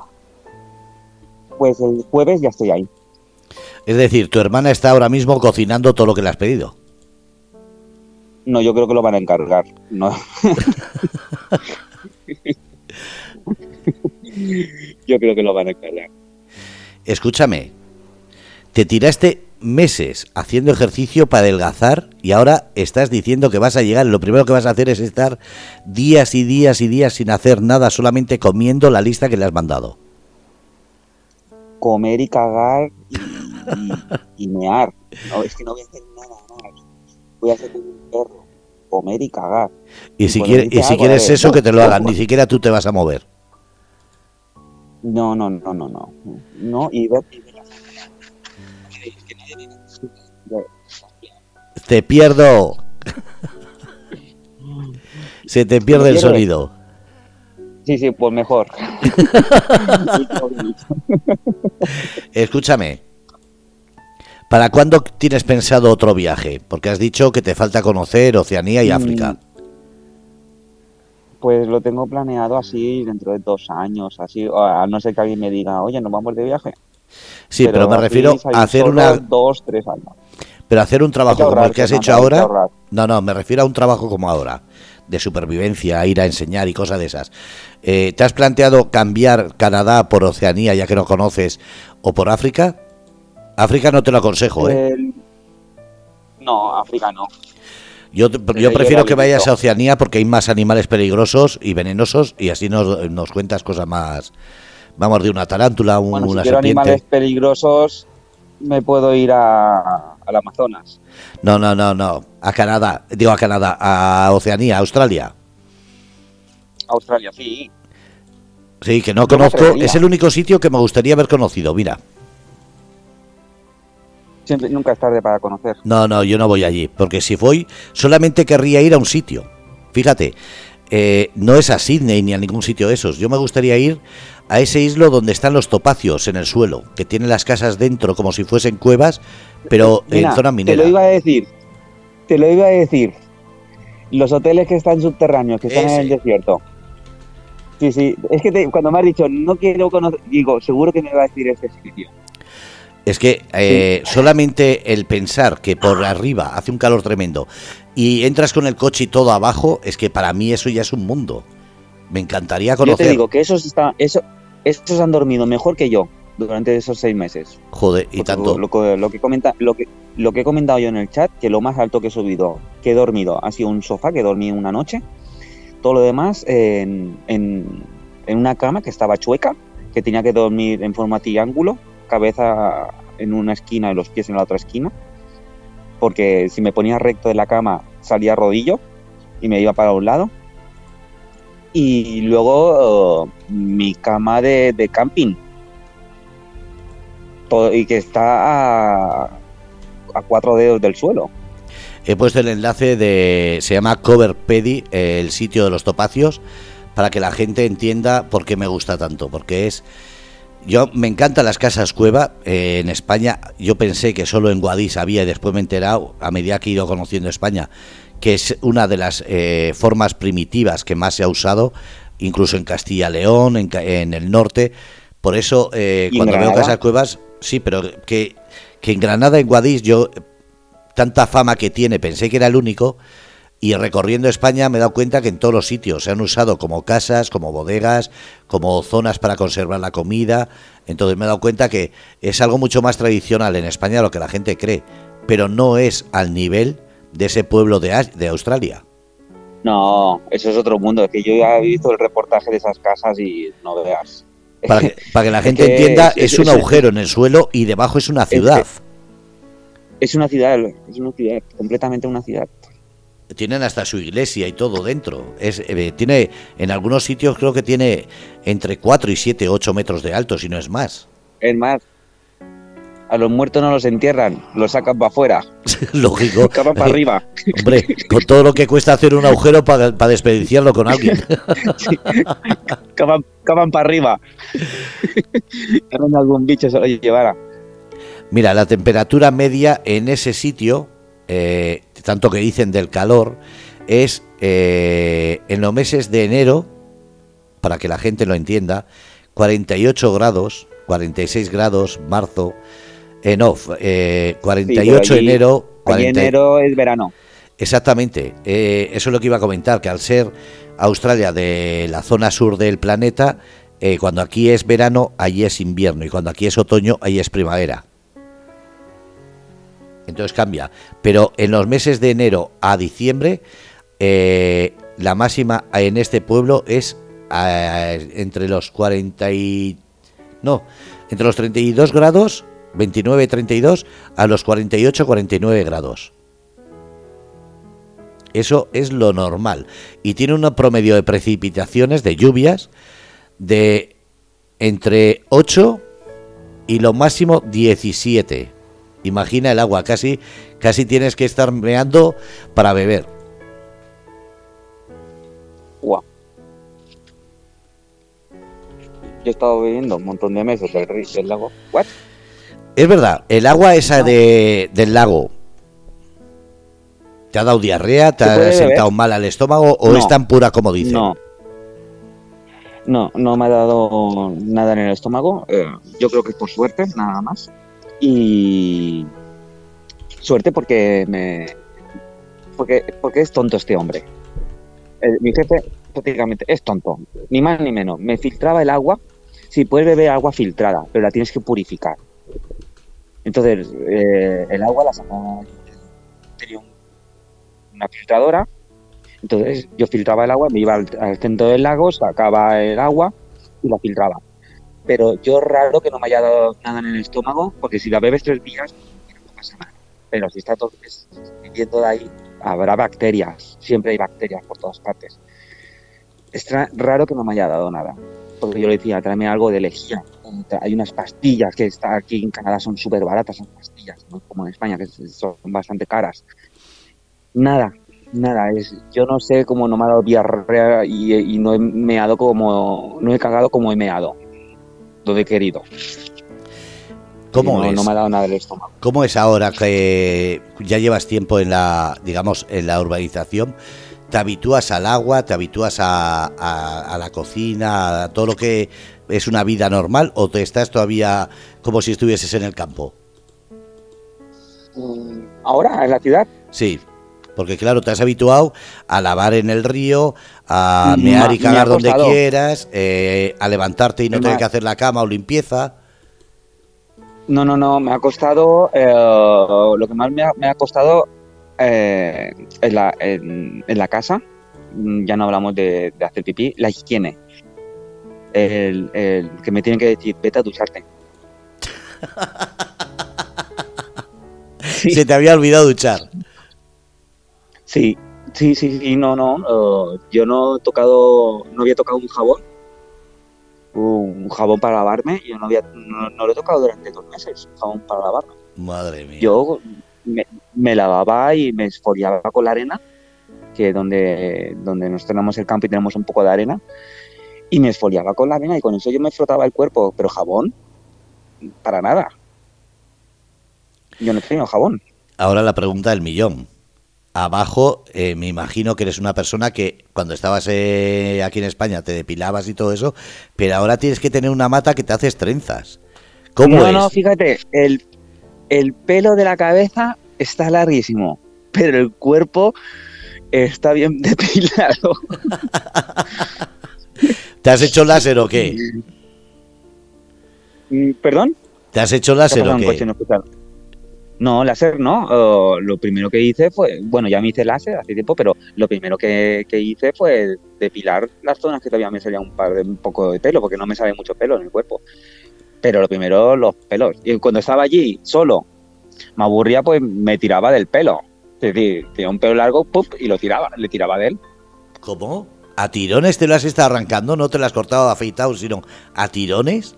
Pues el jueves ya estoy ahí. Es decir, tu hermana está ahora mismo cocinando todo lo que le has pedido. No, yo creo que lo van a encargar. No. Yo creo que lo van a encargar. Escúchame, te tiraste meses haciendo ejercicio para adelgazar y ahora estás diciendo que vas a llegar, lo primero que vas a hacer es estar días y días y días sin hacer nada, solamente comiendo la lista que le has mandado. Comer y cagar y, y, y mear. No, es que no voy a hacer nada más. Voy a hacer un perro. Comer y cagar. Y, y si, quiere, y si quieres eso, que te lo hagan. Ni siquiera tú te vas a mover. No, no, no, no, no. No, y ver... Te pierdo. Se te pierde el sonido. Sí, sí, pues mejor. Escúchame. ¿Para cuándo tienes pensado otro viaje? Porque has dicho que te falta conocer Oceanía y África. Pues lo tengo planeado así dentro de dos años, así, a no ser que alguien me diga, oye, nos vamos de viaje. Sí, pero, pero me refiero a hacer una... Dos, tres años. Pero hacer un trabajo ahorrar, como el que has hecho ahora... No, no, me refiero a un trabajo como ahora, de supervivencia, ir a enseñar y cosas de esas. Eh, ¿Te has planteado cambiar Canadá por Oceanía, ya que no conoces, o por África? África no te lo aconsejo, ¿eh? eh no, África no. Yo, yo prefiero que vayas a Oceanía porque hay más animales peligrosos y venenosos y así nos, nos cuentas cosas más, vamos, de una tarántula, un, bueno, si una quiero serpiente. Animales peligrosos, me puedo ir a, al Amazonas. No, no, no, no, a Canadá, digo a Canadá, a Oceanía, a Australia. Australia, sí. Sí, que no yo conozco, es el único sitio que me gustaría haber conocido, mira. Siempre, nunca es tarde para conocer. No, no, yo no voy allí, porque si voy, solamente querría ir a un sitio. Fíjate, eh, no es a Sydney ni a ningún sitio de esos. Yo me gustaría ir a ese islo donde están los topacios en el suelo, que tienen las casas dentro como si fuesen cuevas, pero Mira, en zona minera. Te lo iba a decir, te lo iba a decir. Los hoteles que están subterráneos, que están Ese. en el desierto. Sí, sí. Es que te, cuando me has dicho, no quiero conocer, digo, seguro que me va a decir este sitio. Es que eh, sí. solamente el pensar que por arriba hace un calor tremendo y entras con el coche y todo abajo, es que para mí eso ya es un mundo. Me encantaría conocer. Yo te digo que esos, está, eso, esos han dormido mejor que yo durante esos seis meses. Joder, y tanto. Lo, lo, lo, que comenta, lo, que, lo que he comentado yo en el chat, que lo más alto que he subido, que he dormido, ha sido un sofá, que dormí una noche. Todo lo demás en, en, en una cama que estaba chueca, que tenía que dormir en forma triángulo, cabeza en una esquina y los pies en la otra esquina, porque si me ponía recto de la cama salía rodillo y me iba para un lado. Y luego uh, mi cama de, de camping, todo, y que está a, a cuatro dedos del suelo. He puesto el enlace de, se llama Coverpedi, eh, el sitio de los topacios, para que la gente entienda por qué me gusta tanto, porque es, yo me encantan las casas cueva. Eh, en España yo pensé que solo en Guadix había, y después me he enterado a medida que he ido conociendo España, que es una de las eh, formas primitivas que más se ha usado, incluso en Castilla-León, en, en el norte. Por eso eh, cuando veo casas cuevas, sí, pero que, que en Granada, en Guadix, yo tanta fama que tiene, pensé que era el único, y recorriendo España me he dado cuenta que en todos los sitios se han usado como casas, como bodegas, como zonas para conservar la comida. Entonces me he dado cuenta que es algo mucho más tradicional en España de lo que la gente cree, pero no es al nivel de ese pueblo de, de Australia. No, eso es otro mundo. Es que yo ya he visto el reportaje de esas casas y no veas. Para que, para que la gente es que entienda, es, es, es un agujero es, en el suelo y debajo es una ciudad. Es, es una ciudad, es una ciudad, completamente una ciudad. Tienen hasta su iglesia y todo dentro. Es, eh, tiene, en algunos sitios creo que tiene entre cuatro y siete, ocho metros de alto, si no es más. Es más. A los muertos no los entierran, los sacan para afuera. Lógico. Cavan para arriba. Hombre, con todo lo que cuesta hacer un agujero para pa desperdiciarlo con alguien. Sí. Cavan, cavan para arriba. Cavan algún bicho se lo llevara. Mira, la temperatura media en ese sitio, eh, tanto que dicen del calor, es eh, en los meses de enero, para que la gente lo entienda, cuarenta y ocho grados, cuarenta y seis grados, marzo. Eh, no, eh, cuarenta y ocho de sí, enero. cuarenta... enero es verano. Exactamente. Eh, eso es lo que iba a comentar, que al ser Australia de la zona sur del planeta, eh, cuando aquí es verano, allí es invierno. Y cuando aquí es otoño, allí es primavera. Entonces cambia. Pero en los meses de enero a diciembre, eh, la máxima en este pueblo es eh, entre los cuarenta y... No, entre los treinta y dos grados... veintinueve, treinta y dos a los cuarenta y ocho, cuarenta y nueve grados. Eso es lo normal. Y tiene un promedio de precipitaciones, de lluvias, de entre ocho y lo máximo diecisiete. Imagina el agua, casi, casi tienes que estar meando para beber. Wow. Yo he estado bebiendo un montón de meses del, del lago. ¿What? Es verdad, el agua esa de, del lago, ¿te ha dado diarrea? ¿Te ha sentado mal al estómago? ¿O no, es tan pura como dicen? No, no, no me ha dado nada en el estómago. Eh, yo creo que es por suerte, nada más. Y suerte porque me, porque, porque es tonto este hombre. Eh, mi jefe prácticamente es tonto, ni más ni menos. Me filtraba el agua. Sí, puedes beber agua filtrada, pero la tienes que purificar. Entonces, eh, el agua la sacaba, tenía un, una filtradora, entonces yo filtraba el agua, me iba al, al centro del lago, sacaba el agua y la filtraba. Pero yo raro que no me haya dado nada en el estómago, porque si la bebes tres días no pasa nada. Pero si está todo viviendo de ahí, habrá bacterias, siempre hay bacterias por todas partes. Es raro que no me haya dado nada, porque yo le decía, tráeme algo de lejía. Hay unas pastillas que está aquí en Canadá, son súper baratas, son pastillas, ¿no? Como en España, que son bastante caras. Nada, nada, es, yo no sé cómo no me ha dado diarrea y, y no he meado como, no he cagado como he meado. donde he querido. ¿Cómo no, es? No me ha dado nada del estómago. ¿Cómo es ahora que ya llevas tiempo en la, digamos, en la urbanización? ¿Te habitúas al agua? ¿Te habitúas a, a, a la cocina? ¿A todo lo que es una vida normal? ¿O te estás todavía como si estuvieses en el campo? ¿Ahora, en la ciudad? Sí, porque claro, te has habituado a lavar en el río, a mear y Me ha cagar donde costado. quieras, eh, a levantarte y no Me tener ha- que hacer la cama o limpieza. No, no, no, me ha costado, eh, lo que más me ha, me ha costado eh, en, la, en, en la casa, mm, ya no hablamos de, de hacer pipí, la higiene. El, el que me tienen que decir, vete a ducharte. Sí, Se te había olvidado duchar. sí, sí, sí, sí, no, no, eh, yo no he tocado, no había tocado un jabón, un jabón para lavarme, yo no había, no, no lo he tocado durante dos meses, un jabón para lavarme. Madre mía. Yo me, me lavaba y me esfoliaba con la arena, que donde, donde nos tenemos el campo y tenemos un poco de arena, y me esfoliaba con la arena y con eso yo me frotaba el cuerpo, pero jabón, para nada. Yo no he tenido jabón. Ahora la pregunta del millón. Abajo, eh, me imagino que eres una persona que cuando estabas eh, aquí en España te depilabas y todo eso, pero ahora tienes que tener una mata que te haces trenzas. ¿Cómo No, es? no, fíjate, el, el pelo de la cabeza está larguísimo, pero el cuerpo está bien depilado. ¿Te has hecho láser o qué? Mm, ¿Perdón? ¿Te has hecho ¿Qué ha láser pasado o en qué? coche? No he escuchado. No, láser no. Uh, lo primero que hice fue, bueno, ya me hice láser hace tiempo, pero lo primero que, que hice fue depilar las zonas que todavía me salía un par de un poco de pelo, porque no me sale mucho pelo en el cuerpo. Pero lo primero, los pelos. Y cuando estaba allí solo, me aburría, pues me tiraba del pelo. Es decir, tenía un pelo largo, ¡pup! Y lo tiraba, le tiraba de él. ¿Cómo? ¿A tirones te lo has estado arrancando? No te lo has cortado afeitado, sino a tirones.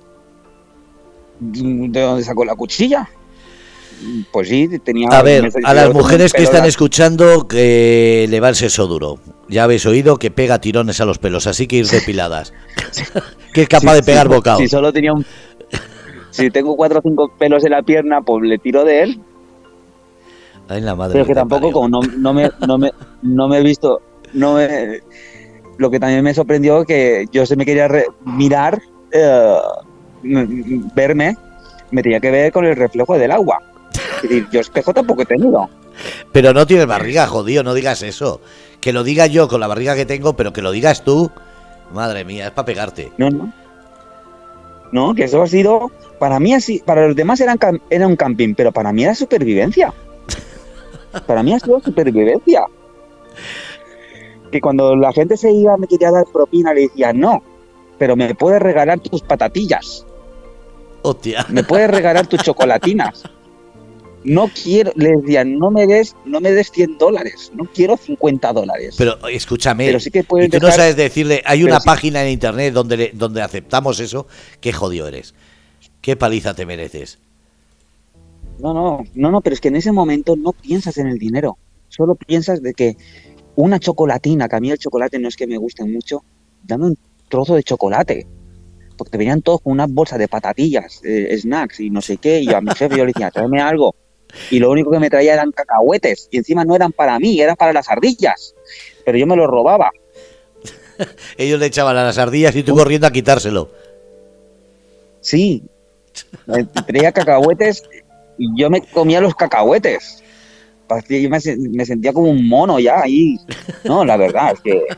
¿De dónde sacó la cuchilla? Pues sí, tenía... A ver, me- a las yo tengo un mujeres que pelo están largo. escuchando, que le va el sexo duro. Ya habéis oído que pega tirones a los pelos, así que ir depiladas. Que es capaz Sí, de pegar sí, bocados. Si solo tenía un... Si tengo cuatro o cinco pelos en la pierna, pues le tiro de él. Ay, la madre Pero que te tampoco, parió. como no, no, me, no, me, no me he visto... No me, lo que también me sorprendió que yo se me quería re- mirar, eh, m- m- verme, me tenía que ver con el reflejo del agua. Es decir, yo espejo tampoco he tenido. Pero no tienes barriga, jodido, no digas eso. Que lo diga yo con la barriga que tengo, pero que lo digas tú, madre mía, es para pegarte. No, no. No, que eso ha sido... Para mí así, para los demás era, cam- era un camping, pero para mí era supervivencia. Para mí ha sido supervivencia. Que cuando la gente se iba, me quería dar propina, le decía, no, pero me puedes regalar tus patatillas, Hostia. me puedes regalar tus chocolatinas. No quiero, le decía, no me des, no me des cien dólares, no quiero cincuenta dólares. Pero escúchame, Pero sí que y puedes tú no dejar- sabes decirle, hay Pero una sí. página en internet donde, le- donde aceptamos eso, qué jodido eres. Qué paliza te mereces. No, no, no, no, pero es que en ese momento no piensas en el dinero, solo piensas de que una chocolatina, que a mí el chocolate no es que me guste mucho, dame un trozo de chocolate. Porque te venían todos con unas bolsas de patatillas, eh, snacks y no sé qué, y yo a mi jefe yo le decía, tráeme algo. Y lo único que me traía eran cacahuetes, y encima no eran para mí, eran para las ardillas. Pero yo me los robaba. Ellos le echaban a las ardillas y tú corriendo a quitárselo. Sí, me traía cacahuetes y yo me comía los cacahuetes. Parecía- Yo me, se- me sentía como un mono ya ahí. No, la verdad es que...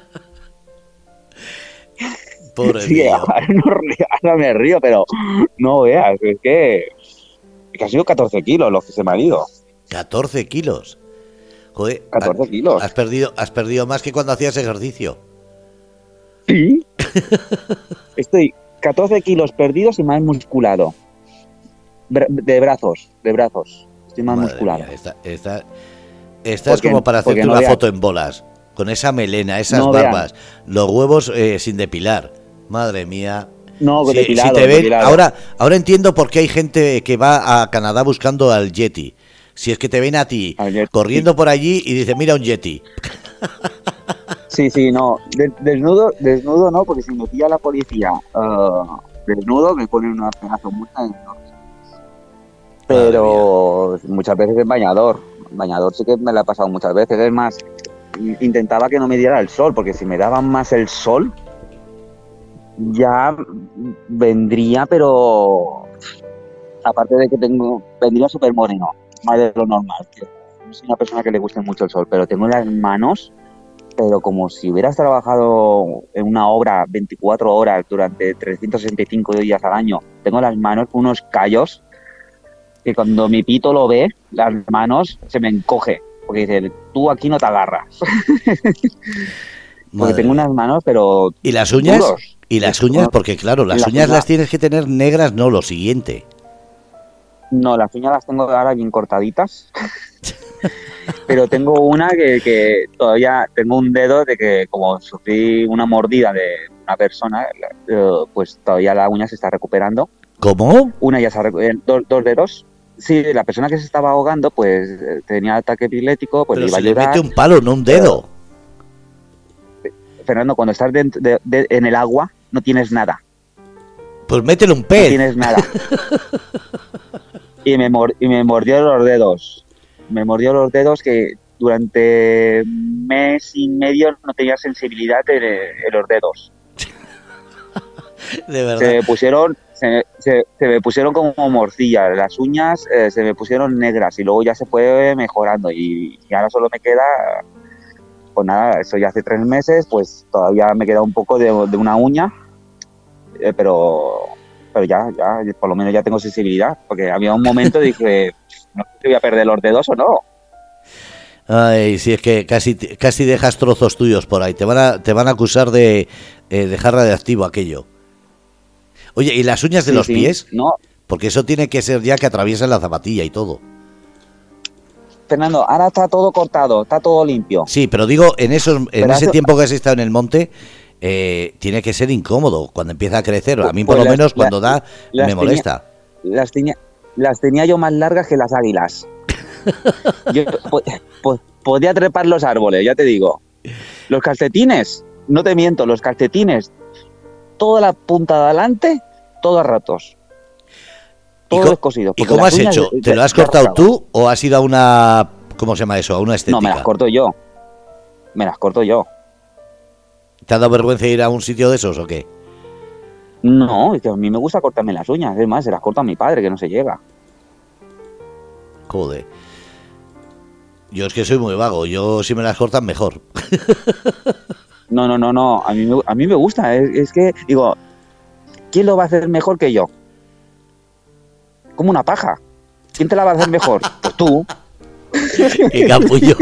Pobre Sí, tío. ahora, no río, ahora me río, pero no veas, es que, es que ha sido catorce kilos los que se me han ido. catorce kilos. Joder, catorce kilos. Has perdido, has perdido más que cuando hacías ejercicio. Sí. Estoy catorce kilos perdidos y más musculado. Bra- De brazos, de brazos. Estoy más Madre musculado. mía, esta, esta, esta es Porque- como para hacerte porque no una veas. foto en bolas. Con esa melena, esas No barbas, los huevos eh, sin depilar. Madre mía. No, Si- depilado, si te ven, depilado. ahora, ahora entiendo por qué hay gente que va a Canadá buscando al Yeti. Si es que te ven a ti Al Yeti. corriendo por allí y dicen, mira un Yeti. Sí, sí, no. De- desnudo, desnudo no, porque si me pilla la policía ah, desnudo, me ponen una pedazo multa en los... Pero muchas veces en bañador. En bañador sí que me la he pasado muchas veces. Es más, intentaba que no me diera el sol, porque si me daban más el sol, ya vendría, pero aparte de que tengo, vendría súper moreno, más de lo normal. Que no soy una persona que le guste mucho el sol, pero tengo las manos, pero como si hubieras trabajado en una obra veinticuatro horas durante trescientos sesenta y cinco días al año. Tengo las manos con unos callos que cuando mi pito lo ve, las manos se me encoge, porque dice, tú aquí no te agarras. Porque tengo unas manos, pero... ¿Y las uñas? Duros. Y las uñas, porque claro, las, las uñas, uñas las tienes que tener negras, no lo siguiente. No, las uñas las tengo ahora bien cortaditas. Pero tengo una que, que todavía tengo un dedo de que como sufrí una mordida de una persona, pues todavía la uña se está recuperando. ¿Cómo? Una ya se ha recuperado, dos, dos dedos. Sí, la persona que se estaba ahogando, pues tenía ataque epiléptico, pues pero le iba se a ayudar. Le mete un palo, no un dedo. Pero, Fernando, cuando estás de, de, de, en el agua, no tienes nada. Pues métele un pez. No tienes nada. y, me mor, y me mordió los dedos. Me mordió los dedos que durante un mes y medio no tenía sensibilidad en, en los dedos. De verdad. Se me pusieron... Se, se, se me pusieron como morcillas, las uñas eh, se me pusieron negras y luego ya se fue mejorando y, y ahora solo me queda, pues nada, eso ya hace tres meses, pues todavía me queda un poco de, de una uña, eh, pero pero ya, ya, por lo menos ya tengo sensibilidad, porque había un momento dije, no sé si voy a perder los dedos o no. Ay, sí, es que casi casi dejas trozos tuyos por ahí, te van a, te van a acusar de eh, dejar radiactivo aquello. Oye, ¿y las uñas de sí, los sí, pies? No. Porque eso tiene que ser ya que atraviesan la zapatilla y todo. Fernando, ahora está todo cortado, está todo limpio. Sí, pero digo, en esos en pero ese eso... tiempo que has estado en el monte, eh, tiene que ser incómodo cuando empieza a crecer. A mí, por pues lo las, menos, cuando las, da, las me molesta. Tenía, las, tenía, las tenía yo más largas que las águilas. Yo po po podía trepar los árboles, ya te digo. Los calcetines, no te miento, los calcetines... Toda la punta de adelante, todo a ratos. Todo descosido. ¿Y cómo has hecho? De, ¿Te lo has cortado tú o has ido a una... ¿Cómo se llama eso? A una estética. No, me las corto yo. Me las corto yo. ¿Te ha dado vergüenza ir a un sitio de esos o qué? No, es que a mí me gusta cortarme las uñas. Es más, se las corta a mi padre, que no se llega. Joder. Yo es que soy muy vago. Yo si me las cortan, mejor. No, no, no, no. A mí me, a mí me gusta. Es, es que, digo, ¿quién lo va a hacer mejor que yo? Como una paja. ¿Quién te la va a hacer mejor? Pues tú. ¡Qué capullo!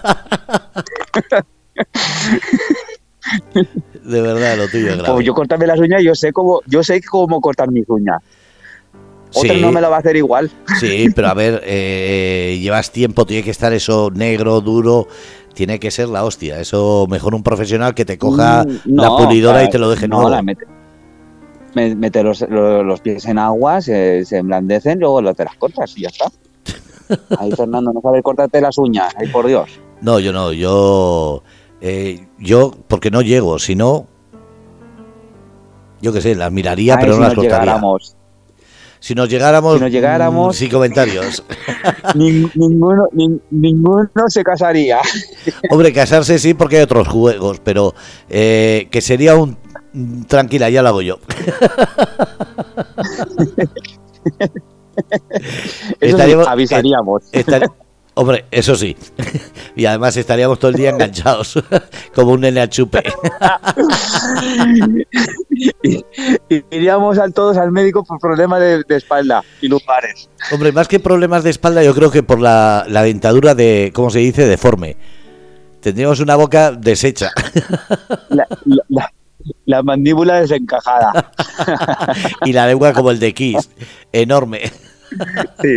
De verdad, lo tuyo es grave. Pues yo cortarme las uñas, yo sé cómo, yo sé cómo cortar mis uñas. Otro sí, no me lo va a hacer igual. Sí, pero a ver, eh, llevas tiempo, tiene que estar eso negro, duro... Tiene que ser la hostia. Eso mejor un profesional que te coja no, la pulidora para, y te lo deje no, nuevo. La mete, mete los, los, los pies en agua, se, se emblandecen, luego lo te las cortas y ya está. Ahí, Fernando, no sabes cortarte las uñas. Ay, por Dios. No, yo no. Yo, eh, yo porque no llego. Si no, yo qué sé, las miraría, Ay, pero si no las cortaría. Llegáramos. Si nos llegáramos, si nos llegáramos mmm, sin comentarios. Ning, ninguno, ning, ninguno se casaría. Hombre, casarse sí porque hay otros juegos, pero eh, que sería un... Tranquila, ya lo hago yo. Estaríamos, avisaríamos. Estar, hombre, eso sí. Y además estaríamos todo el día enganchados, como un nene a chupe. Iríamos al, todos al médico por problemas de, de espalda y lumbares. Hombre, más que problemas de espalda, yo creo que por la, la dentadura de, ¿cómo se dice?, deforme. Tendríamos una boca deshecha. La, la, la, la mandíbula desencajada. Y la lengua como el de Kiss, enorme. Sí.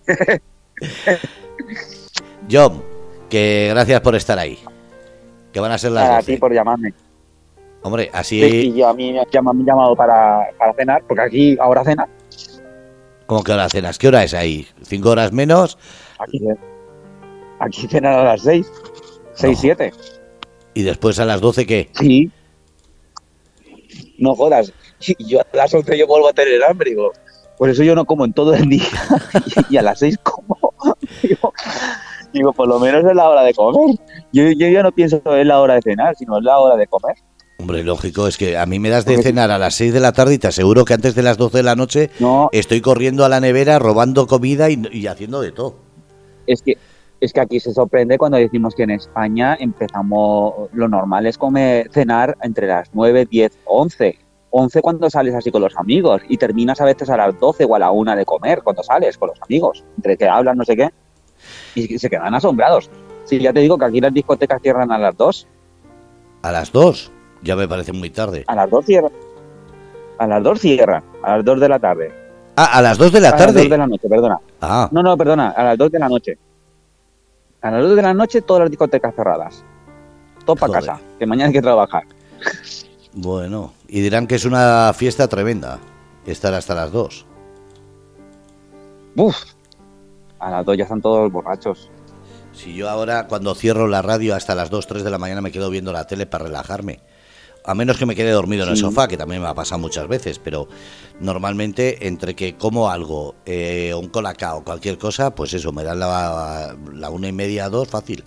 John, que gracias por estar ahí. Que van a ser las doce. A ti por llamarme. Hombre, así... Sí, y yo, a mí me han llamado para, para cenar, porque aquí ahora cena. ¿Cómo que ahora cenas? ¿Qué hora es ahí? ¿Cinco horas menos? Aquí, aquí cenan a las seis. Seis, no. Siete. ¿Y después a las doce qué? Sí. No jodas. y yo a las once yo vuelvo a tener hambre, digo, por eso yo no como en todo el día y a las seis como. digo, digo, por lo menos es la hora de comer. Yo, yo ya no pienso en la hora de cenar, sino en la hora de comer. Hombre, lógico, es que a mí me das de cenar a las seis de la tarde y te aseguro que antes de las doce de la noche no, estoy corriendo a la nevera, robando comida y, y haciendo de todo. Es que, es que aquí se sorprende cuando decimos que en España empezamos, lo normal es comer, cenar entre las nueve, diez, once. once cuando sales así con los amigos y terminas a veces a las doce o a la una de comer cuando sales con los amigos, entre que hablan no sé qué, y se quedan asombrados. Sí, ya te digo que aquí las discotecas cierran a las dos. ¿A las dos? Ya me parece muy tarde. A las dos cierran. A las dos cierran, a las dos de la tarde. Ah, a las dos de la a tarde. A las dos de la noche, perdona. Ah. No, no, perdona, a las dos de la noche. A las dos de la noche todas las discotecas cerradas. Todo para casa, que mañana hay que trabajar. Bueno, y dirán que es una fiesta tremenda estar hasta las dos. Uf, a las dos ya están todos borrachos. Si yo ahora cuando cierro la radio hasta las dos, tres de la mañana me quedo viendo la tele para relajarme. A menos que me quede dormido en el sí. sofá, que también me ha pasado muchas veces, pero normalmente entre que como algo, eh, un colacao o cualquier cosa, pues eso, me dan la, la una y media, dos, fácil.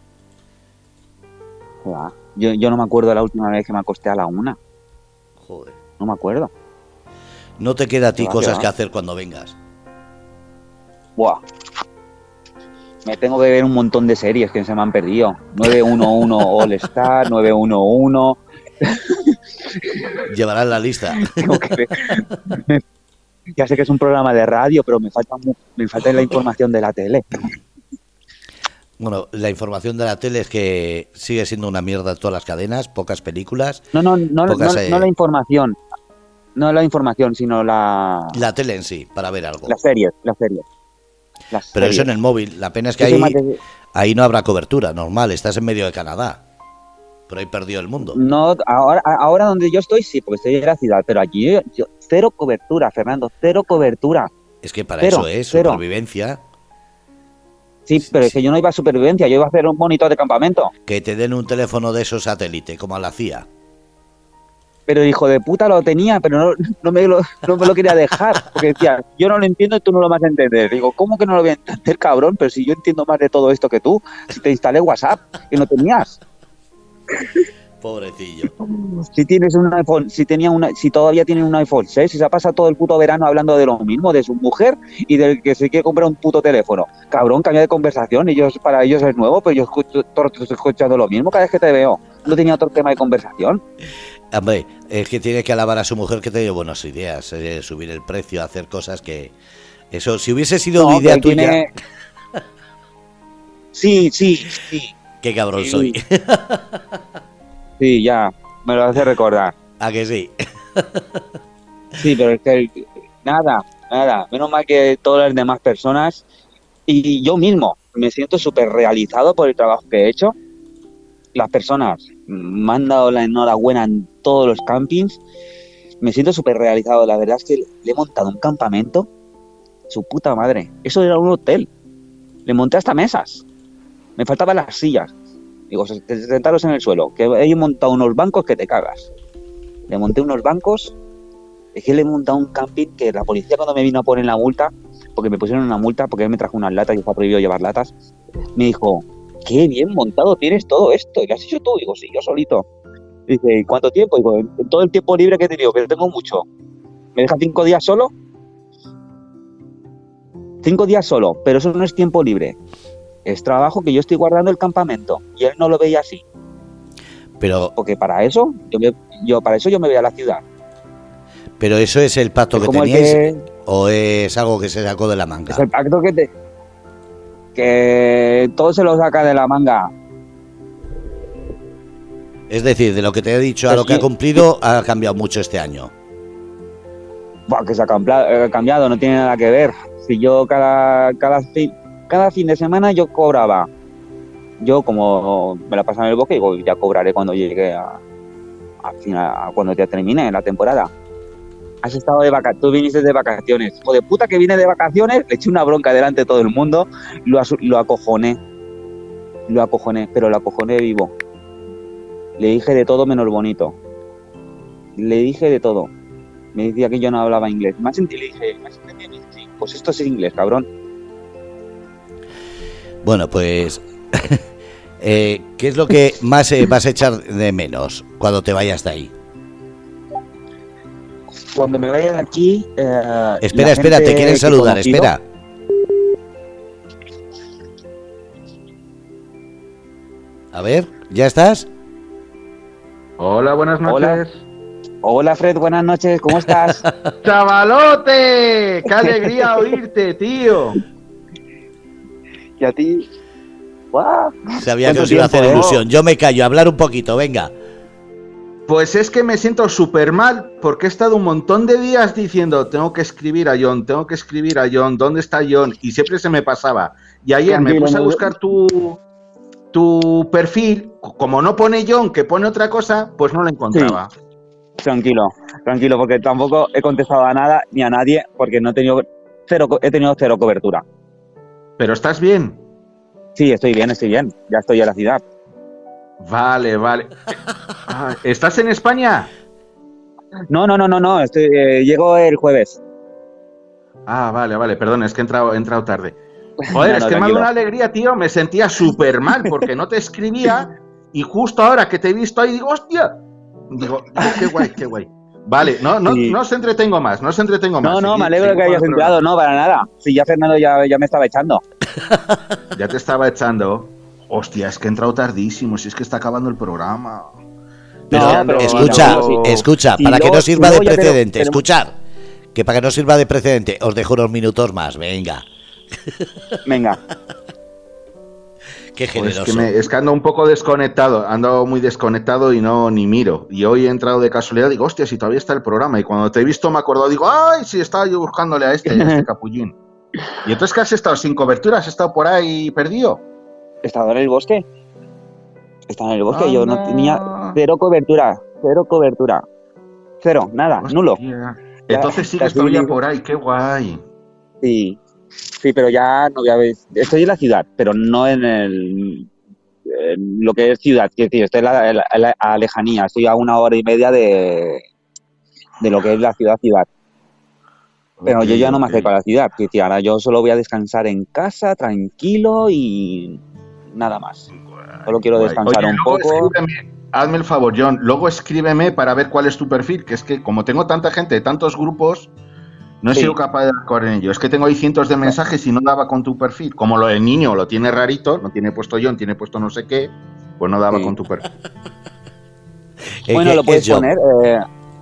Joder, yo, yo no me acuerdo de la última vez que me acosté a la una. Joder. No me acuerdo. No te queda a ti cosas que hacer cuando vengas. Buah. Me tengo que ver un montón de series que se me han perdido. nueve uno uno All Star, nueve uno uno... Llevarás la lista. Que, ya sé que es un programa de radio, pero me falta me falta la información de la tele. Bueno, la información de la tele es que sigue siendo una mierda todas las cadenas, pocas películas. No, no, no, pocas, no, eh... no la información. No la información, sino la... La tele en sí, para ver algo. Las series, las series. Las pero series. Eso en el móvil. La pena es que ahí, de... ahí no habrá cobertura, normal. Estás en medio de Canadá. Pero ahí perdió el mundo. No, ahora, ahora donde yo estoy sí, porque estoy en la ciudad, pero allí yo, cero cobertura, Fernando, cero cobertura. Es que para cero, eso es cero. Supervivencia. Sí, pero sí. Es que yo no iba a supervivencia, yo iba a hacer un monitor de campamento. Que te den un teléfono de esos satélite, como a la C I A. Pero hijo de puta lo tenía, pero no, no, me, lo, no me lo quería dejar, porque decía, yo no lo entiendo y tú no lo vas a entender. Digo, ¿cómo que no lo voy a entender, cabrón? Pero si yo entiendo más de todo esto que tú, si te instalé WhatsApp, que no tenías. Pobrecillo. Si tienes un iPhone, si tenía una, si todavía tiene un iPhone seis, si se ha pasado todo el puto verano hablando de lo mismo, de su mujer y del que se quiere comprar un puto teléfono. Cabrón, cambia de conversación, ellos, para ellos es nuevo, pero yo escucho, todo, estoy escuchando lo mismo cada vez que te veo. No tenía otro tema de conversación. Hombre, es que tiene que alabar a su mujer que te dio buenas ideas, eh, subir el precio, hacer cosas que... Eso, si hubiese sido no, idea tuya... Tiene... Sí, sí, sí. Qué cabrón sí. soy. Sí, ya, me lo hace recordar. ¿A que sí? Sí, pero es que nada, nada. Menos mal que todas las demás personas y yo mismo me siento súper realizado por el trabajo que he hecho. Las personas me han dado la enhorabuena en todos los campings. Me siento súper realizado. La verdad es que le he montado un campamento. Su puta madre. Eso era un hotel. Le monté hasta mesas. Me faltaban las sillas. Digo, sentaros en el suelo, que he montado unos bancos que te cagas. Le monté unos bancos, es que le he montado un camping que la policía cuando me vino a poner la multa, porque me pusieron una multa porque él me trajo unas latas y está prohibido llevar latas, me dijo, qué bien montado tienes todo esto, ¿y lo has hecho tú? Digo, sí, yo solito. Dice, ¿cuánto tiempo? Digo, en todo el tiempo libre que he tenido, que tengo mucho. ¿Me deja cinco días solo? Cinco días solo, pero eso no es tiempo libre. Es trabajo que yo estoy guardando el campamento y él no lo veía así. Pero porque para eso yo, me, yo para eso yo me voy a la ciudad. Pero eso es el pacto es que teníais que, o es algo que se sacó de la manga. Es el pacto que te que todo se lo saca de la manga. Es decir, de lo que te he dicho a es lo que, que ha cumplido ha cambiado mucho este año. Buah, que se ha cambiado, no tiene nada que ver. Si yo cada cada fin Cada fin de semana yo cobraba. Yo, como me la pasaba en el bosque, digo, ya cobraré cuando llegue a, a, final, a cuando ya termine la temporada. Has estado de vacaciones, tú viniste de vacaciones. Hijo de puta que viene de vacaciones, le eché una bronca delante de todo el mundo, lo, lo acojoné. Lo acojoné, pero lo acojoné vivo. Le dije de todo menos bonito. Le dije de todo. Me decía que yo no hablaba inglés. Más inteligente, más inteligente. Sí, pues esto es inglés, cabrón. Bueno, pues... eh, ¿qué es lo que más eh, vas a echar de menos cuando te vayas de ahí? Cuando me vaya de aquí... Eh, espera, espera, te quieren saludar, conocido... espera. A ver, ¿ya estás? Hola, buenas noches. Hola, Hola Fred, buenas noches, ¿cómo estás? ¡Chavalote! ¡Qué alegría oírte, tío! Y a ti... ¡Wow! Sabía que os iba a hacer ilusión. Yo me callo, hablar un poquito, venga. Pues es que me siento súper mal porque he estado un montón de días diciendo tengo que escribir a John, tengo que escribir a John, ¿dónde está John? Y siempre se me pasaba. Y ayer Tranquilo, me puse a buscar tu, tu perfil, como no pone John, que pone otra cosa, pues no lo encontraba. Sí. Tranquilo, tranquilo, porque tampoco he contestado a nada ni a nadie porque no he tenido cero, he tenido cero cobertura. ¿Pero estás bien? Sí, estoy bien, estoy bien. Ya estoy en la ciudad. Vale, vale. Ah, ¿estás en España? No, no, no, no, no. Estoy, eh, llego el jueves. Ah, vale, vale. Perdón, es que he entrado, he entrado tarde. Joder, no, no, es que tranquilo. Me ha dado una alegría, tío. Me sentía súper mal porque no te escribía y justo ahora que te he visto ahí digo, ¡hostia! Digo, digo qué guay, qué guay. Vale, no, no, sí. no os entretengo más, no os entretengo más. No, no, Seguid, me alegro de que hayas entrado, no, para nada. Si ya Fernando ya, ya me estaba echando. Ya te estaba echando. Hostia, es que he entrado tardísimo, si es que está acabando el programa. Pero, no, pero escucha, no, sí. escucha, sí, para luego, que no sirva de precedente, tenemos... escuchar, que para que no sirva de precedente, os dejo unos minutos más, venga. Venga. Qué generoso. Pues es, que me, es que ando un poco desconectado, ando muy desconectado y no ni miro. Y hoy he entrado de casualidad, digo, hostia, si todavía está el programa. Y cuando te he visto me he acordado, digo, ay, si estaba yo buscándole a este, a este capullín. Y entonces, ¿qué has estado sin cobertura? ¿Has estado por ahí perdido? He estado en el bosque. Estaba en el bosque, ah, yo no tenía cero cobertura, cero cobertura. Cero, nada, hostia. Nulo. Entonces sigues todavía por ahí, qué guay. Sí. Sí, pero ya no voy a ver. Estoy en la ciudad, pero no en el en lo que es ciudad. Quiero decir, estoy en la, en la, en la a lejanía. Estoy a una hora y media de, de lo que es la ciudad-ciudad. Pero okay, yo ya no okay. me acerco a la ciudad. Quiero decir, ahora yo solo voy a descansar en casa, tranquilo y nada más. Solo quiero guay. descansar Oye, un poco. Hazme el favor, John. Luego escríbeme para ver cuál es tu perfil. Que es que como tengo tanta gente de tantos grupos. No he sí. sido capaz de dar con ello. Es que tengo ahí cientos de mensajes y no daba con tu perfil. Como lo del niño lo tiene rarito, no tiene puesto John, tiene puesto no sé qué, pues no daba sí. con tu perfil. Bueno, lo puedes poner. Eh,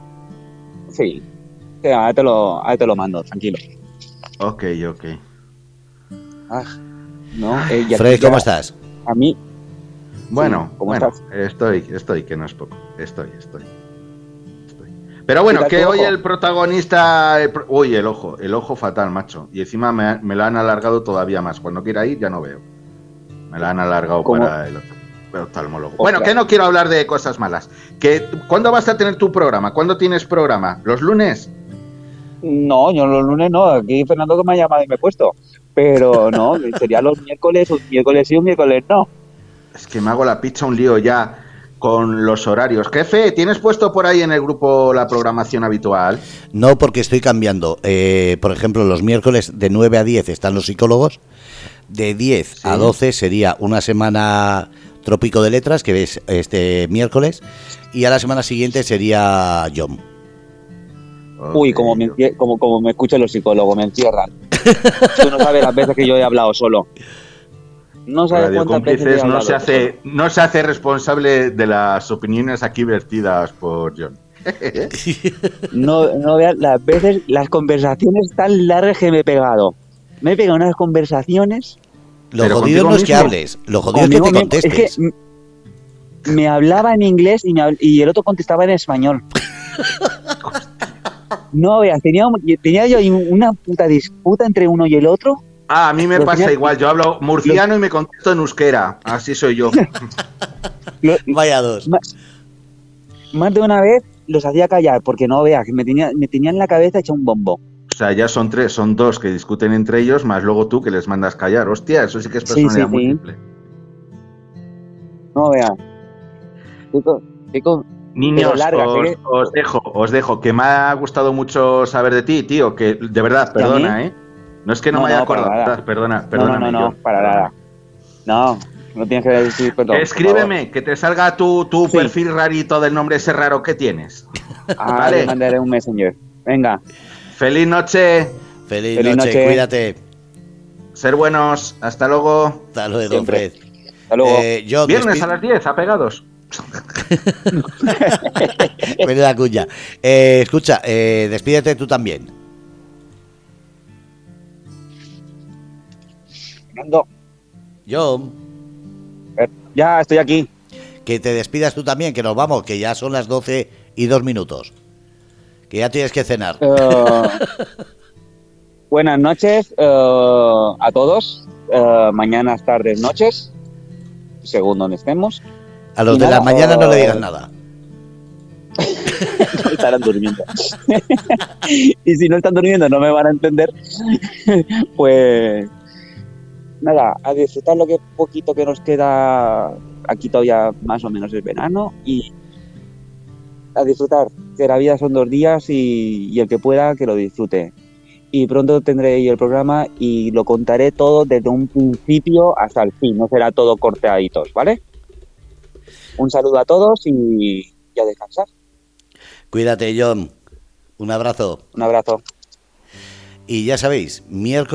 sí. sí ahí, te lo, ahí te lo mando, tranquilo. Ok, ok. Ah, no, eh, Fred, ¿cómo estás? A mí. Bueno, sí, ¿cómo bueno, estás? estoy, estoy, que no es poco. Estoy, estoy. Pero bueno, que hoy el protagonista... El, uy, el ojo, el ojo fatal, macho. Y encima me, me lo han alargado todavía más. Cuando quiera ir ya no veo. Me lo han alargado ¿Cómo? para el, el oftalmólogo. Ostras. Bueno, que no quiero hablar de cosas malas. Que, ¿cuándo vas a tener tu programa? ¿Cuándo tienes programa? ¿Los lunes? No, yo los lunes no. Aquí Fernando que me ha llamado y me he puesto. Pero no, sería los miércoles, un miércoles sí, un miércoles no. Es que me hago la pizza un lío ya... con los horarios. Jefe, ¿tienes puesto por ahí en el grupo la programación habitual? No, porque estoy cambiando. Eh, por ejemplo, los miércoles de nueve a diez están los psicólogos. De diez sí. a doce sería una semana trópico de letras, que ves este miércoles. Y a la semana siguiente sería John. Okay. Uy, como me, como, como me escuchan los psicólogos, me encierran. Tú no sabes las veces que yo he hablado solo. No sabe Radio cuántas veces no se hace no se hace responsable de las opiniones aquí vertidas por John. No, no veas las veces, las conversaciones tan largas que me he pegado. Me he pegado unas conversaciones. Lo jodido no es que hables, lo jodido es que te contestes. Es que me hablaba en inglés y, me, y el otro contestaba en español. No veas, tenía, tenía yo una puta disputa entre uno y el otro. Ah, a mí me pasa igual, yo hablo murciano y me contesto en euskera, así soy yo. Vaya dos. Más, más de una vez los hacía callar, porque no veas, me tenía, me tenía en la cabeza hecha un bombo. O sea, ya son tres, son dos que discuten entre ellos, más luego tú que les mandas callar. Hostia, eso sí que es personalidad sí, sí, múltiple. Sí. No veas. Qué, qué, Niños, largas, os, ¿eh? os dejo, os dejo, que me ha gustado mucho saber de ti, tío, que de verdad, perdona, ¿eh? No es que no, No, me haya no, para acordado, nada. perdona, perdona. No, no, no, no, para nada. No, no tienes que decir perdón. Escríbeme, que te salga tu, tu Sí. perfil rarito del nombre ese raro que tienes. Ah, Vale. le mandaré un messenger. Venga, Feliz noche, Feliz, Feliz noche, noche. cuídate. ser buenos, hasta luego. Hasta luego, Siempre. Fred. hasta luego. Eh, yo Viernes despi- a las diez, apegados. Menuda cuña. Eh, escucha, eh, despídete tú también. Fernando, Yo, eh, ya estoy aquí. que te despidas tú también, que nos vamos, que ya son las doce y dos minutos. Que ya tienes que cenar. Eh, buenas noches eh, a todos. Eh, mañanas, tardes, noches, según donde estemos. A los y de nada, las mañanas no le digas eh, nada. Estarán durmiendo. Y si no están durmiendo no me van a entender. Pues nada, a disfrutar lo que poquito que nos queda. Aquí todavía más o menos es verano. Y a disfrutar, que la vida son dos días y, y el que pueda que lo disfrute. Y pronto tendré el programa y lo contaré todo desde un principio hasta el fin, no será todo corteaditos, ¿vale? Un saludo a todos y, y a descansar. Cuídate, John. Un abrazo. Un abrazo. Y ya sabéis, miércoles.